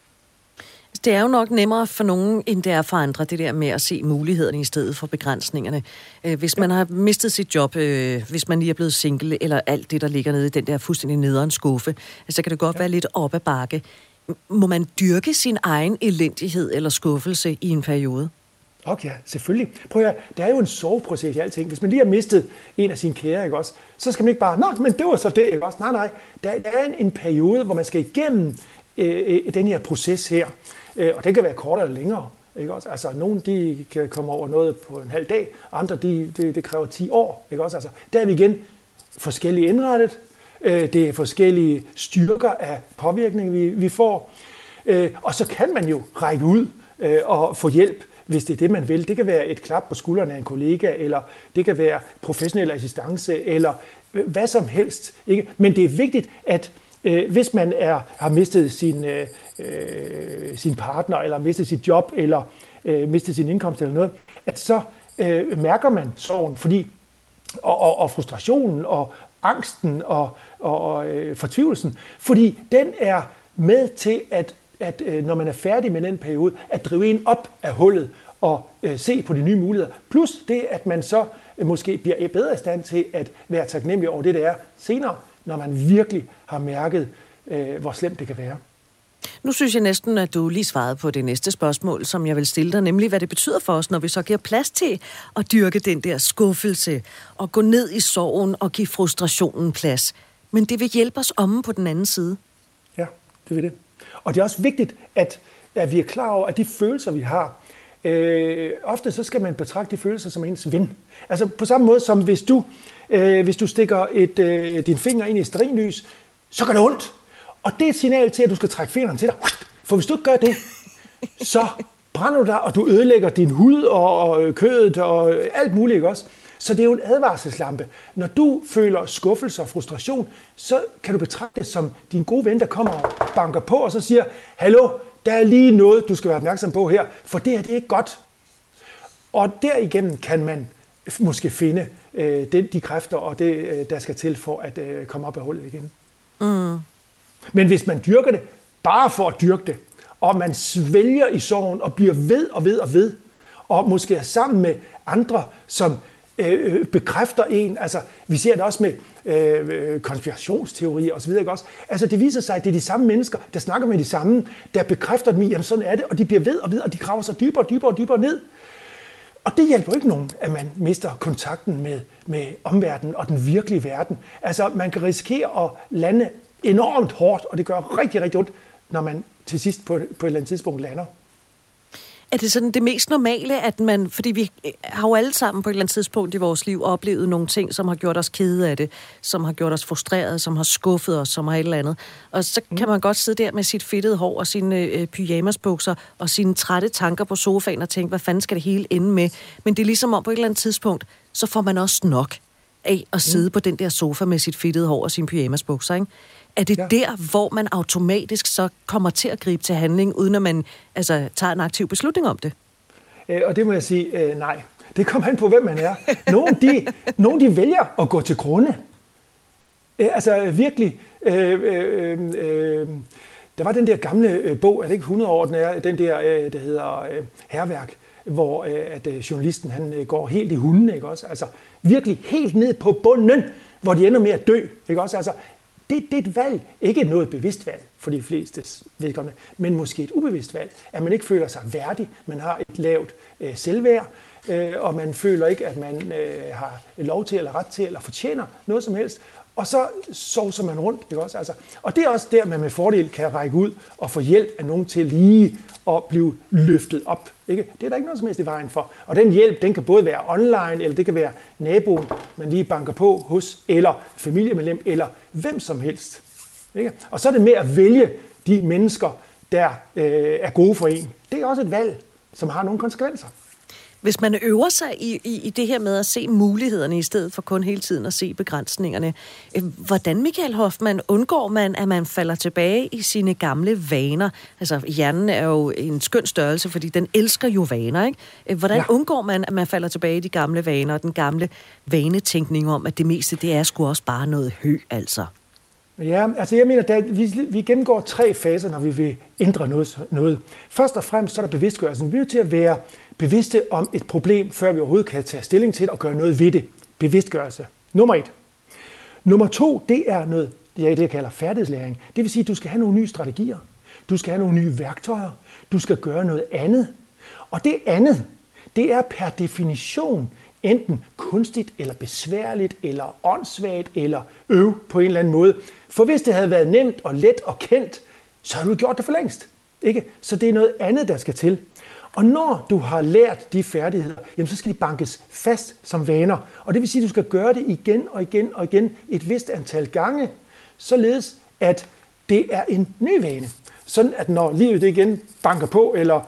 Det er jo nok nemmere for nogen, end det er for andre, det der med at se mulighederne i stedet for begrænsningerne. Hvis man har mistet sit job, hvis man lige er blevet single, eller alt det, der ligger nede i den der fuldstændig nederen skuffe, så kan det godt være lidt op ad bakke. Må man dyrke sin egen elendighed eller skuffelse i en periode? Okay, selvfølgelig. Prøv at høre, der er jo en soveproces i alting. Hvis man lige har mistet en af sine kære, ikke også, så skal man ikke bare, men det var så det, ikke også? Nej. Der er en periode, hvor man skal igennem den her proces her. Og det kan være kortere eller længere. Ikke også? Altså, nogle de kan komme over noget på en halv dag, andre det kræver 10 år. Ikke også? Altså, der er vi igen forskellige indrettet. Det er forskellige styrker af påvirkning, vi får. Og så kan man jo række ud og få hjælp, hvis det er det, man vil. Det kan være et klap på skulderen af en kollega, eller det kan være professionel assistance, eller hvad som helst. Ikke? Men det er vigtigt, at hvis man har mistet sin partner, eller mistet sit job, eller mistet sin indkomst eller noget, at så mærker man sorgen, fordi, og frustrationen, og angsten, og fortvivlelsen, fordi den er med til, at når man er færdig med den periode, at drive en op af hullet, og se på de nye muligheder. Plus det, at man så måske bliver bedre i stand til at være taknemmelig over det, der er senere, når man virkelig har mærket, hvor slemt det kan være. Nu synes jeg næsten, at du lige svarede på det næste spørgsmål, som jeg vil stille dig, nemlig hvad det betyder for os, når vi så giver plads til at dyrke den der skuffelse, og gå ned i sorgen og give frustrationen plads. Men det vil hjælpe os omme på den anden side. Ja, det vil det. Og det er også vigtigt, at vi er klar over, at de følelser, vi har, ofte så skal man betragte de følelser som ens ven. Altså på samme måde som hvis du stikker din finger ind i et stearinlys, så gør det ondt. Og det er et signal til, at du skal trække fingeren til dig. For hvis du ikke gør det, så brænder du dig, og du ødelægger din hud og kødet og alt muligt, ikke også? Så det er jo en advarselslampe. Når du føler skuffelse og frustration, så kan du betragte det som din gode ven, der kommer og banker på, og så siger, hallo, der er lige noget, du skal være opmærksom på her, for det her, det er ikke godt. Og derigennem kan man måske finde de kræfter og det, der skal til for at komme op af hullet igen. Mm. Men hvis man dyrker det, bare for at dyrke det, og man svælger i sorgen og bliver ved, og måske er sammen med andre, som bekræfter en. Altså, vi ser det også med konspirationsteorier osv. Altså, det viser sig, at det er de samme mennesker, der snakker med de samme, der bekræfter dem i, jamen sådan er det, og de bliver ved, og de graver sig dybere ned. Og det hjælper jo ikke nogen, at man mister kontakten med omverdenen og den virkelige verden. Altså, man kan risikere at lande enormt hårdt, og det gør rigtig, rigtig ondt, når man til sidst på et eller andet tidspunkt lander. Er det sådan det mest normale, at man, fordi vi har jo alle sammen på et eller andet tidspunkt i vores liv oplevet nogle ting, som har gjort os kede af det, som har gjort os frustrerede, som har skuffet os, som har et eller andet. Og så kan man godt sidde der med sit fedtede hår og sine pyjamasbukser og sine trætte tanker på sofaen og tænke, hvad fanden skal det hele ende med? Men det er ligesom om på et eller andet tidspunkt, så får man også nok af at sidde på den der sofa med sit fedtede hår og sine pyjamasbukser, ikke? Er det der, hvor man automatisk så kommer til at gribe til handling, uden at man tager en aktiv beslutning om det? Og det må jeg sige, nej. Det kommer an på, hvem man er. Nogle de vælger at gå til grunde. Altså virkelig. Der var den der gamle bog, er det ikke 100 år, den der, der hedder Hærværk, hvor at journalisten han går helt i hunden, ikke også? Altså virkelig helt ned på bunden, hvor de ender med at dø, ikke også? Altså det er et valg, ikke noget bevidst valg for de fleste vedkommende, men måske et ubevidst valg, at man ikke føler sig værdig, man har et lavt selvværd, og man føler ikke, at man har lov til, eller ret til, eller fortjener noget som helst, og så sovser man rundt, ikke også? Altså, og det er også der, man med fordel kan række ud og få hjælp af nogen til lige at blive løftet op. Ikke? Det er der ikke noget som helst i vejen for. Og den hjælp, den kan både være online, eller det kan være naboen, man lige banker på hos, eller familiemedlem, eller hvem som helst. Ikke? Og så er det med at vælge de mennesker, der er gode for en. Det er også et valg, som har nogle konsekvenser. Hvis man øver sig i det her med at se mulighederne, i stedet for kun hele tiden at se begrænsningerne, hvordan, Michael Hoffmann, undgår man, at man falder tilbage i sine gamle vaner? Altså, hjernen er jo en skøn størrelse, fordi den elsker jo vaner, ikke? Hvordan undgår man, at man falder tilbage i de gamle vaner, og den gamle vanetænkning om, at det meste, det er sgu også bare noget altså? Ja, altså jeg mener, at vi gennemgår 3 faser, når vi vil ændre noget. Først og fremmest så er der bevidstgørelsen. Vi er nødt til at være bevidste om et problem, før vi overhovedet kan tage stilling til og gøre noget ved det. Bevidstgørelse. Nummer 1. Nummer 2, det er noget, det jeg kalder færdighedslæring. Det vil sige, at du skal have nogle nye strategier. Du skal have nogle nye værktøjer. Du skal gøre noget andet. Og det andet, det er per definition enten kunstigt, eller besværligt, eller åndssvagt, eller på en eller anden måde. For hvis det havde været nemt og let og kendt, så har du gjort det for længst. Ikke? Så det er noget andet, der skal til. Og når du har lært de færdigheder, jamen så skal de bankes fast som vaner. Og det vil sige, at du skal gøre det igen og igen og igen et vist antal gange, således at det er en ny vane. Sådan at når livet igen banker på, eller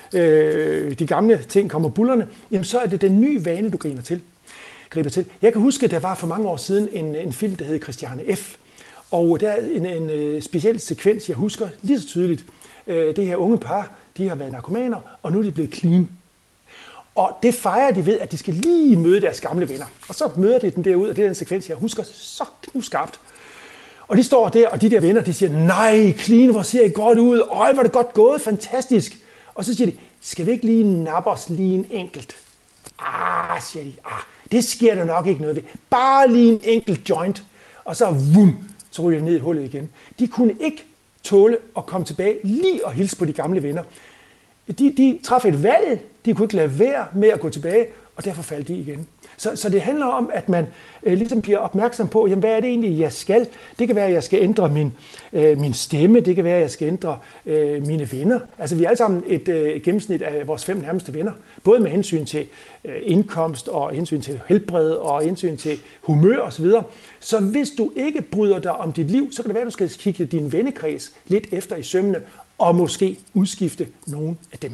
de gamle ting kommer bullerne, jamen så er det den nye vane, du griber til. Jeg kan huske, at der var for mange år siden en film, der hed Christiane F. Og der er en speciel sekvens, jeg husker lige så tydeligt. Det her unge par, de har været narkomaner, og nu er de blevet clean. Og det fejrer de ved, at de skal lige møde deres gamle venner. Og så møder de den derude, og det er en sekvens, jeg husker så knivskarpt. Og de står der, og de der venner, de siger, nej, clean, hvor ser I godt ud. Øj, hvor er det godt gået, fantastisk. Og så siger de, skal vi ikke lige nappe os lige en enkelt? Siger de, det sker der nok ikke noget ved. Bare lige en enkelt joint. Og så så ryger de ned i hullet igen. De kunne ikke tåle at komme tilbage lige og hilse på de gamle venner. De træffede et valg, de kunne ikke lade være med at gå tilbage, og derfor faldt de igen. Så det handler om, at man ligesom bliver opmærksom på, jamen, hvad er det egentlig, jeg skal? Det kan være, at jeg skal ændre min stemme, det kan være, at jeg skal ændre mine venner. Altså, vi er alle sammen et gennemsnit af vores 5 nærmeste venner, både med hensyn til indkomst, og hensyn til helbred, og hensyn til humør osv. Så hvis du ikke bryder dig om dit liv, så kan det være, at du skal kigge din vennekreds lidt efter i sømmene, og måske udskifte nogle af dem.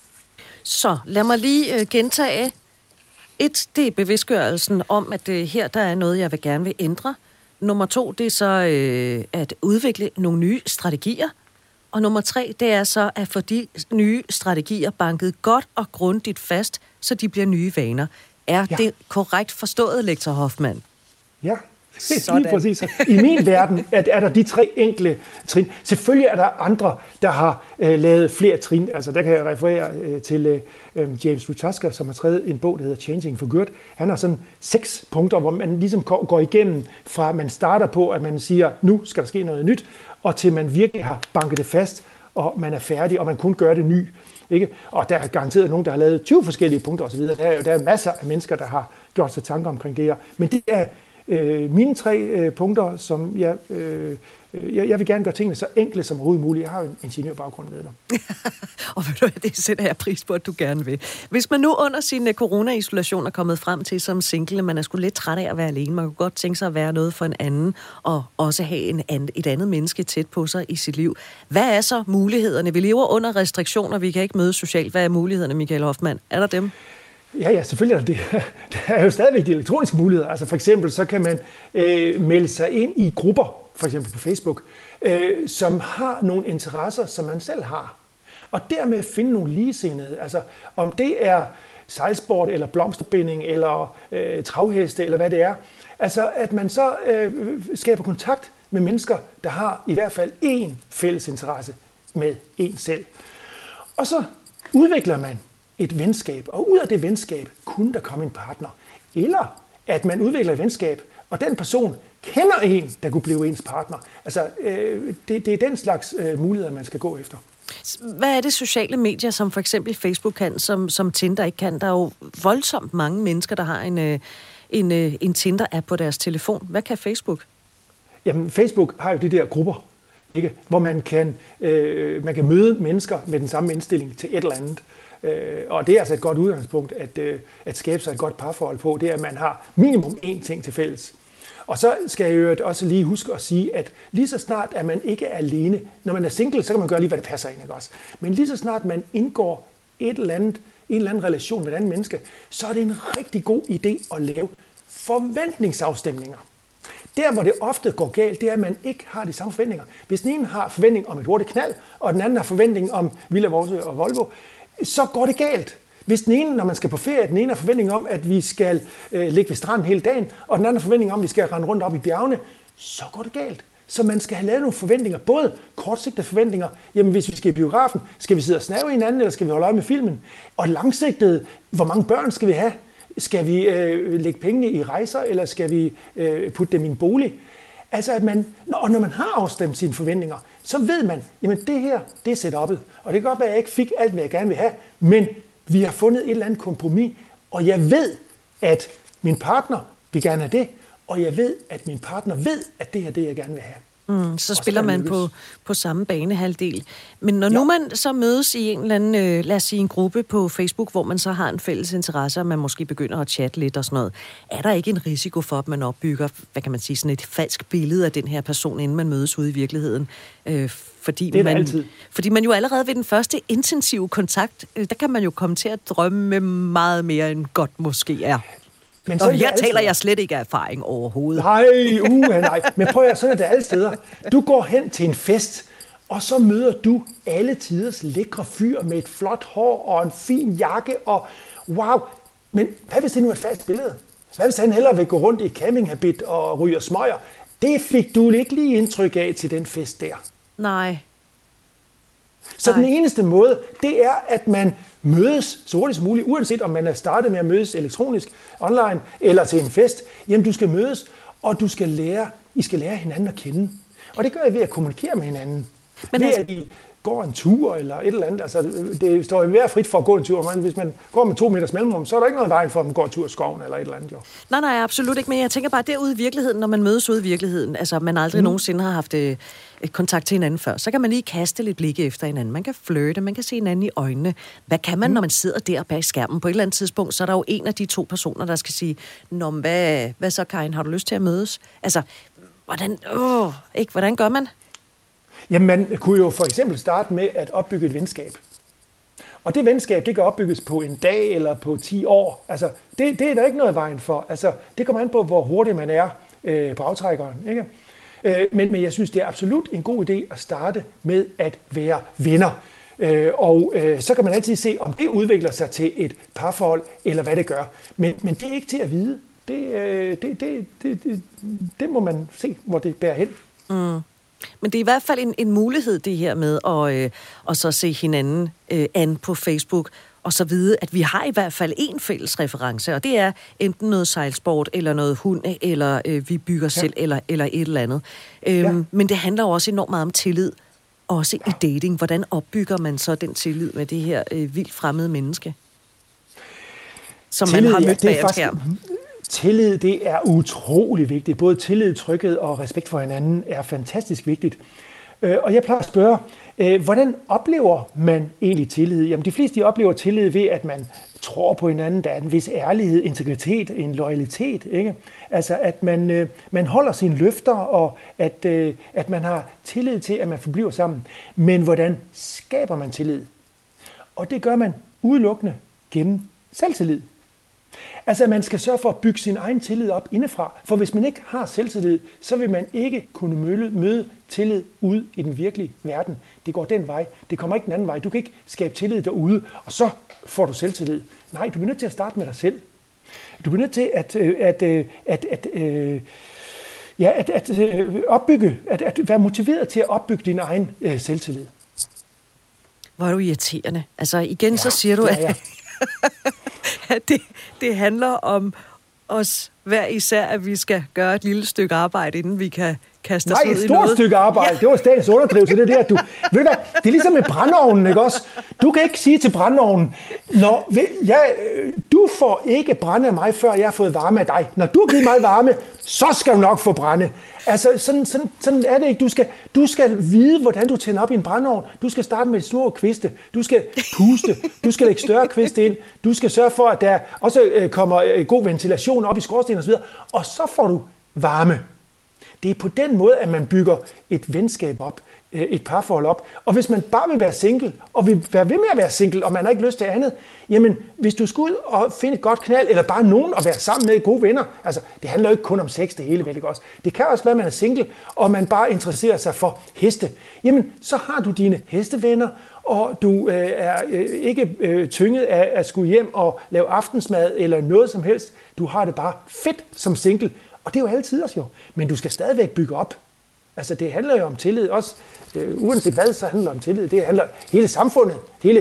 Så lad mig lige gentage. 1, det er bevidstgørelsen om, at her der er noget, jeg vil gerne vil ændre. Nummer 2, det er så at udvikle nogle nye strategier. Og nummer 3, det er så at få de nye strategier banket godt og grundigt fast, så de bliver nye vaner. Er det korrekt forstået, lektor Hoffmann? Ja, lige præcis. I min verden er der de 3 enkle trin. Selvfølgelig er der andre, der har lavet flere trin. Altså, der kan jeg referere til James Rutasker, som har skrevet en bog, der hedder Changing for Good. Han har sådan 6 punkter, hvor man ligesom går igennem fra, man starter på, at man siger, nu skal der ske noget nyt, og til man virkelig har banket det fast, og man er færdig, og man kun gør det ny. Ikke? Og der er garanteret nogen, der har lavet 20 forskellige punkter osv. Der er masser af mennesker, der har gjort sig tanker omkring det her. Men det er mine 3 punkter, som jeg vil gerne gøre tingene så enkle som overhovedet muligt. Jeg har jo en ingeniørbaggrund med dig. Og ved du hvad, det sætter jeg pris på, at du gerne vil. Hvis man nu under sin corona-isolation er kommet frem til som single, man er sgu lidt træt af at være alene, man kunne godt tænke sig at være noget for en anden, og også have et andet menneske tæt på sig i sit liv. Hvad er så mulighederne? Vi lever under restriktioner, vi kan ikke mødes socialt. Hvad er mulighederne, Michael Hoffmann? Er der dem? Ja, selvfølgelig er det. Der er jo stadigvæk de elektroniske muligheder. Altså for eksempel, så kan man melde sig ind i grupper, for eksempel på Facebook, som har nogle interesser, som man selv har. Og dermed finde nogle ligesindede. Altså om det er sejlsport, eller blomsterbinding, eller travheste, eller hvad det er. Altså at man så skaber kontakt med mennesker, der har i hvert fald én fælles interesse med en selv. Og så udvikler man et venskab, og ud af det venskab kunne der komme en partner. Eller at man udvikler et venskab, og den person kender en, der kunne blive ens partner. Altså, det er den slags muligheder, man skal gå efter. Hvad er det sociale medier, som for eksempel Facebook kan, som Tinder ikke kan? Der er jo voldsomt mange mennesker, der har en Tinder-app på deres telefon. Hvad kan Facebook? Jamen, Facebook har jo de der grupper, ikke? Hvor man kan møde mennesker med den samme indstilling til et eller andet. Og det er altså et godt udgangspunkt at skabe sig et godt parforhold på, det er, at man har minimum 1 ting til fælles. Og så skal jeg jo også lige huske at sige, at lige så snart, at man ikke er alene, når man er single, så kan man gøre lige, hvad det passer ind, ikke også? Men lige så snart man indgår en eller anden relation med et andet menneske, så er det en rigtig god idé at lave forventningsafstemninger. Der, hvor det ofte går galt, det er, at man ikke har de samme forventninger. Hvis den ene har forventning om et hurtigt knald, og den anden har forventning om Villa Vorse og Volvo, så går det galt. Hvis den ene, når man skal på ferie, den ene har forventning om, at vi skal ligge ved stranden hele dagen, og den anden har forventning om, at vi skal rende rundt op i bjergene, så går det galt. Så man skal have lavet nogle forventninger, både kortsigtede forventninger, jamen hvis vi skal i biografen, skal vi sidde og snave hinanden, eller skal vi holde øje med filmen? Og langsigtede, hvor mange børn skal vi have? Skal vi lægge pengene i rejser, eller skal vi putte dem i en bolig? Altså, at når man har afstemt sine forventninger, så ved man, jamen det her, det er setup'et. Og det kan godt være, at jeg ikke fik alt, hvad jeg gerne vil have, men vi har fundet et eller andet kompromis, og jeg ved, at min partner vil gerne have det, og jeg ved, at min partner ved, at det her det, jeg gerne vil have. Så spiller man på samme banehalvdel. Men når nu man så mødes i en eller anden, lad os sige en gruppe på Facebook, hvor man så har en fælles interesse, og man måske begynder at chatte lidt og sådan noget, er der ikke en risiko for, at man opbygger, hvad kan man sige, sådan et falsk billede af den her person, inden man mødes ude i virkeligheden? Fordi man jo allerede ved den første intensive kontakt, der kan man jo komme til at drømme meget mere end godt måske er. Men og her taler jeg slet ikke af erfaring overhovedet. Nej. Men prøv at sådan er det alle steder. Du går hen til en fest, og så møder du alle tiders lækre fyr med et flot hår og en fin jakke, og wow. Men hvad hvis det nu er et falsk billede? Hvad hvis han hellere vil gå rundt i campinghabit og ryge smøger? Det fik du ikke lige indtryk af til den fest der. Nej. Så den eneste måde, det er, at man mødes så hurtigt som muligt, uanset om man er startet med at mødes elektronisk, online eller til en fest. Jamen, du skal mødes, og I skal lære hinanden at kende. Og det gør I ved at kommunikere med hinanden. Men ved at I går en tur eller et eller andet. Altså, det står jo være frit for at gå en tur. Men hvis man går med 2 meters mellemrum, så er der ikke noget vejen for, at man går en tur i skoven eller et eller andet. Jo. Nej, absolut ikke. Men jeg tænker bare, derude i virkeligheden, når man mødes ude i virkeligheden, altså man aldrig nogensinde har haft kontakt til hinanden før, så kan man lige kaste lidt blikke efter hinanden. Man kan flirte, man kan se hinanden i øjnene. Hvad kan man, når man sidder der bag skærmen? På et eller andet tidspunkt, så er der jo en af de 2 personer, der skal sige, nå, hvad så, Karin, har du lyst til at mødes? Altså, hvordan gør man? Jamen, man kunne jo for eksempel starte med at opbygge et venskab. Og det venskab, det kan opbygges på en dag eller på 10 år. Altså, det er der ikke noget vejen for. Altså, det kommer an på, hvor hurtigt man er på aftrækkeren, ikke? Men jeg synes, det er absolut en god idé at starte med at være venner. Så kan man altid se, om det udvikler sig til et parforhold, eller hvad det gør. Men det er ikke til at vide. Det må man se, hvor det bærer hen. Mm. Men det er i hvert fald en mulighed, det her med at så se hinanden an på Facebook, og så vide, at vi har i hvert fald en fælles reference, og det er enten noget sejlsport, eller noget hund, eller vi bygger selv, eller et eller andet. Men det handler jo også enormt meget om tillid, også i dating. Hvordan opbygger man så den tillid med det her vildt fremmede menneske, som tillid, man har mødt bag en skærm? Tillid, det er utrolig vigtigt. Både tillid, tryghed og respekt for hinanden er fantastisk vigtigt. Og jeg plejer at spørge, hvordan oplever man egentlig tillid? Jamen, de fleste oplever tillid ved, at man tror på hinanden. Der er en vis ærlighed, integritet, en loyalitet. Ikke? Altså, at man holder sine løfter, og at man har tillid til, at man forbliver sammen. Men hvordan skaber man tillid? Og det gør man udelukkende gennem selvtillid. Altså, man skal sørge for at bygge sin egen tillid op indefra. For hvis man ikke har selvtillid, så vil man ikke kunne møde tillid ude i den virkelige verden. Det går den vej. Det kommer ikke den anden vej. Du kan ikke skabe tillid derude, og så får du selvtillid. Nej, du bliver nødt til at starte med dig selv. Du bliver nødt til at opbygge, at være motiveret til at opbygge din egen selvtillid. Hvor er du irriterende. Altså, igen så siger du, at det handler om os hver især, at vi skal gøre et lille stykke arbejde, inden vi kan kaste os ud i noget. Nej, et stort stykke arbejde. Ja. Det var statens underdrivelse. Det der, ved du, det er ligesom med brændeovnen, ikke også? Du kan ikke sige til brændeovnen, du får ikke brænde af mig, før jeg har fået varme af dig. Når du har givet mig varme, så skal du nok få brænde. Altså, sådan er det ikke. Du skal vide, hvordan du tænder op i en brændeovn. Du skal starte med små kviste. Du skal puste. Du skal lægge større kviste ind. Du skal sørge for, at der også kommer god ventilation op i skorstenen osv. Og så får du varme. Det er på den måde, at man bygger et venskab op, et parforhold op. Og hvis man bare vil være single, og vil være ved med at være single, og man har ikke lyst til andet, jamen, hvis du skal ud og finde et godt knald, eller bare nogen at være sammen med gode venner, altså, det handler jo ikke kun om sex, det hele vel også. Det kan også være, at man er single, og man bare interesserer sig for heste. Jamen, så har du dine hestevenner, og du er ikke tynget af at skulle hjem og lave aftensmad, eller noget som helst. Du har det bare fedt som single. Og det er jo altid også jo. Men du skal stadigvæk bygge op. Altså, det handler jo om tillid også. Uanset hvad, så handler det om tillid. Det handler hele samfundet.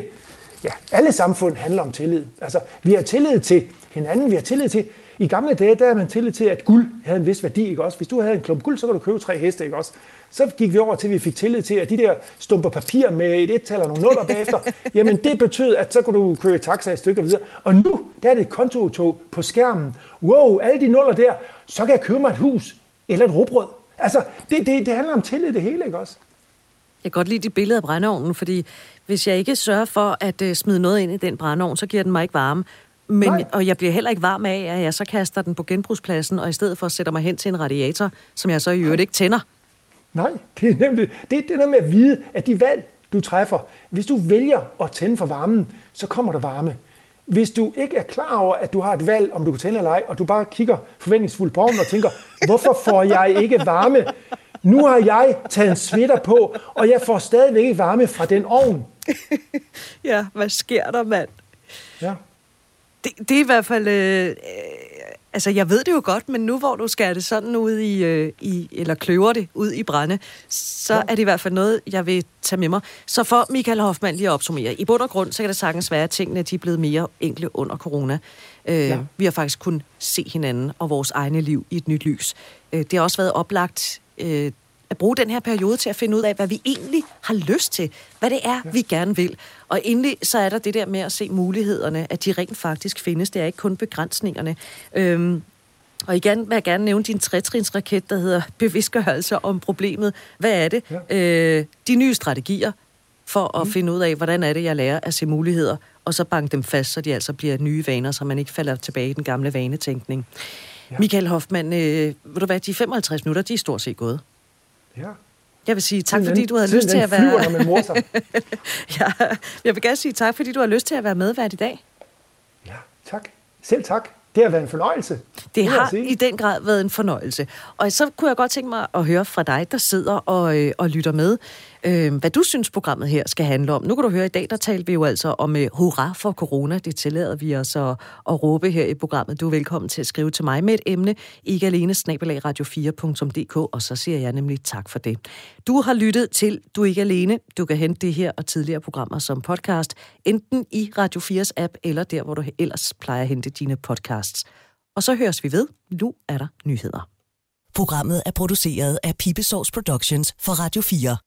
Alle samfund handler om tillid. Altså, vi har tillid til hinanden. Vi har tillid til... I gamle dage, der havde man tillid til, at guld havde en vis værdi, ikke også? Hvis du havde en klump guld, så kunne du købe 3 heste, ikke også? Så gik vi over til, at vi fik tillid til, at de der stumper papir med et ettal og nogle nuller bagefter, jamen det betød, at så kunne du køre i taxa et stykke videre. Og nu, der er det et kontoudtog på skærmen. Wow, alle de nuller der, så kan jeg købe mig et hus eller et rugbrød. Altså, det handler om tillid det hele, ikke også? Jeg kan godt lide de billeder af brændeovnen, fordi hvis jeg ikke sørger for at smide noget ind i den brændeovn, så giver den mig ikke varme. Og jeg bliver heller ikke varm af, at jeg så kaster den på genbrugspladsen, og i stedet for sætter mig hen til en radiator, som jeg så i øvrigt ikke tænder. Nej, det er nemlig det er noget med at vide, at de valg, du træffer, hvis du vælger at tænde for varmen, så kommer der varme. Hvis du ikke er klar over, at du har et valg, om du kan tænde eller ej, og du bare kigger forventningsfuldt på ovnen og tænker, hvorfor får jeg ikke varme? Nu har jeg taget en sweater på, og jeg får stadigvæk ikke varme fra den ovn. Ja, hvad sker der, mand? Ja. Det er i hvert fald... altså, jeg ved det jo godt, men nu hvor du skærer det sådan ud eller kløver det ud i brænde, så er det i hvert fald noget, jeg vil tage med mig. Så for Michael Hoffmann lige at opsummere. I bund og grund, så kan det sagtens være, at tingene de er blevet mere enkle under corona. Vi har faktisk kun se hinanden og vores egne liv i et nyt lys. Det har også været oplagt at bruge den her periode til at finde ud af, hvad vi egentlig har lyst til. Hvad det er, vi gerne vil. Og endelig så er der det der med at se mulighederne, at de rent faktisk findes. Det er ikke kun begrænsningerne. Og igen vil jeg gerne nævne din 3-trinsraket, der hedder bevidstgørelse om problemet. Hvad er det? Ja. De nye strategier for at finde ud af, hvordan er det, jeg lærer at se muligheder, og så banke dem fast, så de altså bliver nye vaner, så man ikke falder tilbage i den gamle vanetænkning. Ja. Michael Hoffmann, ved du hvad, de 55 minutter, de er stort set gået. Ja. Jeg vil sige tak, fordi du havde lyst til at være... Flyver, når man morer sig. Ja, jeg vil gerne sige tak, fordi du har lyst til at være medvært i dag. Ja, tak. Selv tak. det har været en fornøjelse. Det har i den grad været en fornøjelse. Og så kunne jeg godt tænke mig at høre fra dig, der sidder og lytter med, hvad du synes, programmet her skal handle om. Nu kan du høre, i dag, der talte vi jo altså om hurra for corona. Det tillader vi os at råbe her i programmet. Du er velkommen til at skrive til mig med et emne, ikke alene @radio4.dk, og så siger jeg nemlig tak for det. Du har lyttet til Du er ikke alene. Du kan hente det her og tidligere programmer som podcast, enten i Radio 4's app, eller der, hvor du ellers plejer at hente dine podcasts. Og så høres vi ved. Nu er der nyheder. Programmet er produceret af Pibesovs Productions for Radio 4.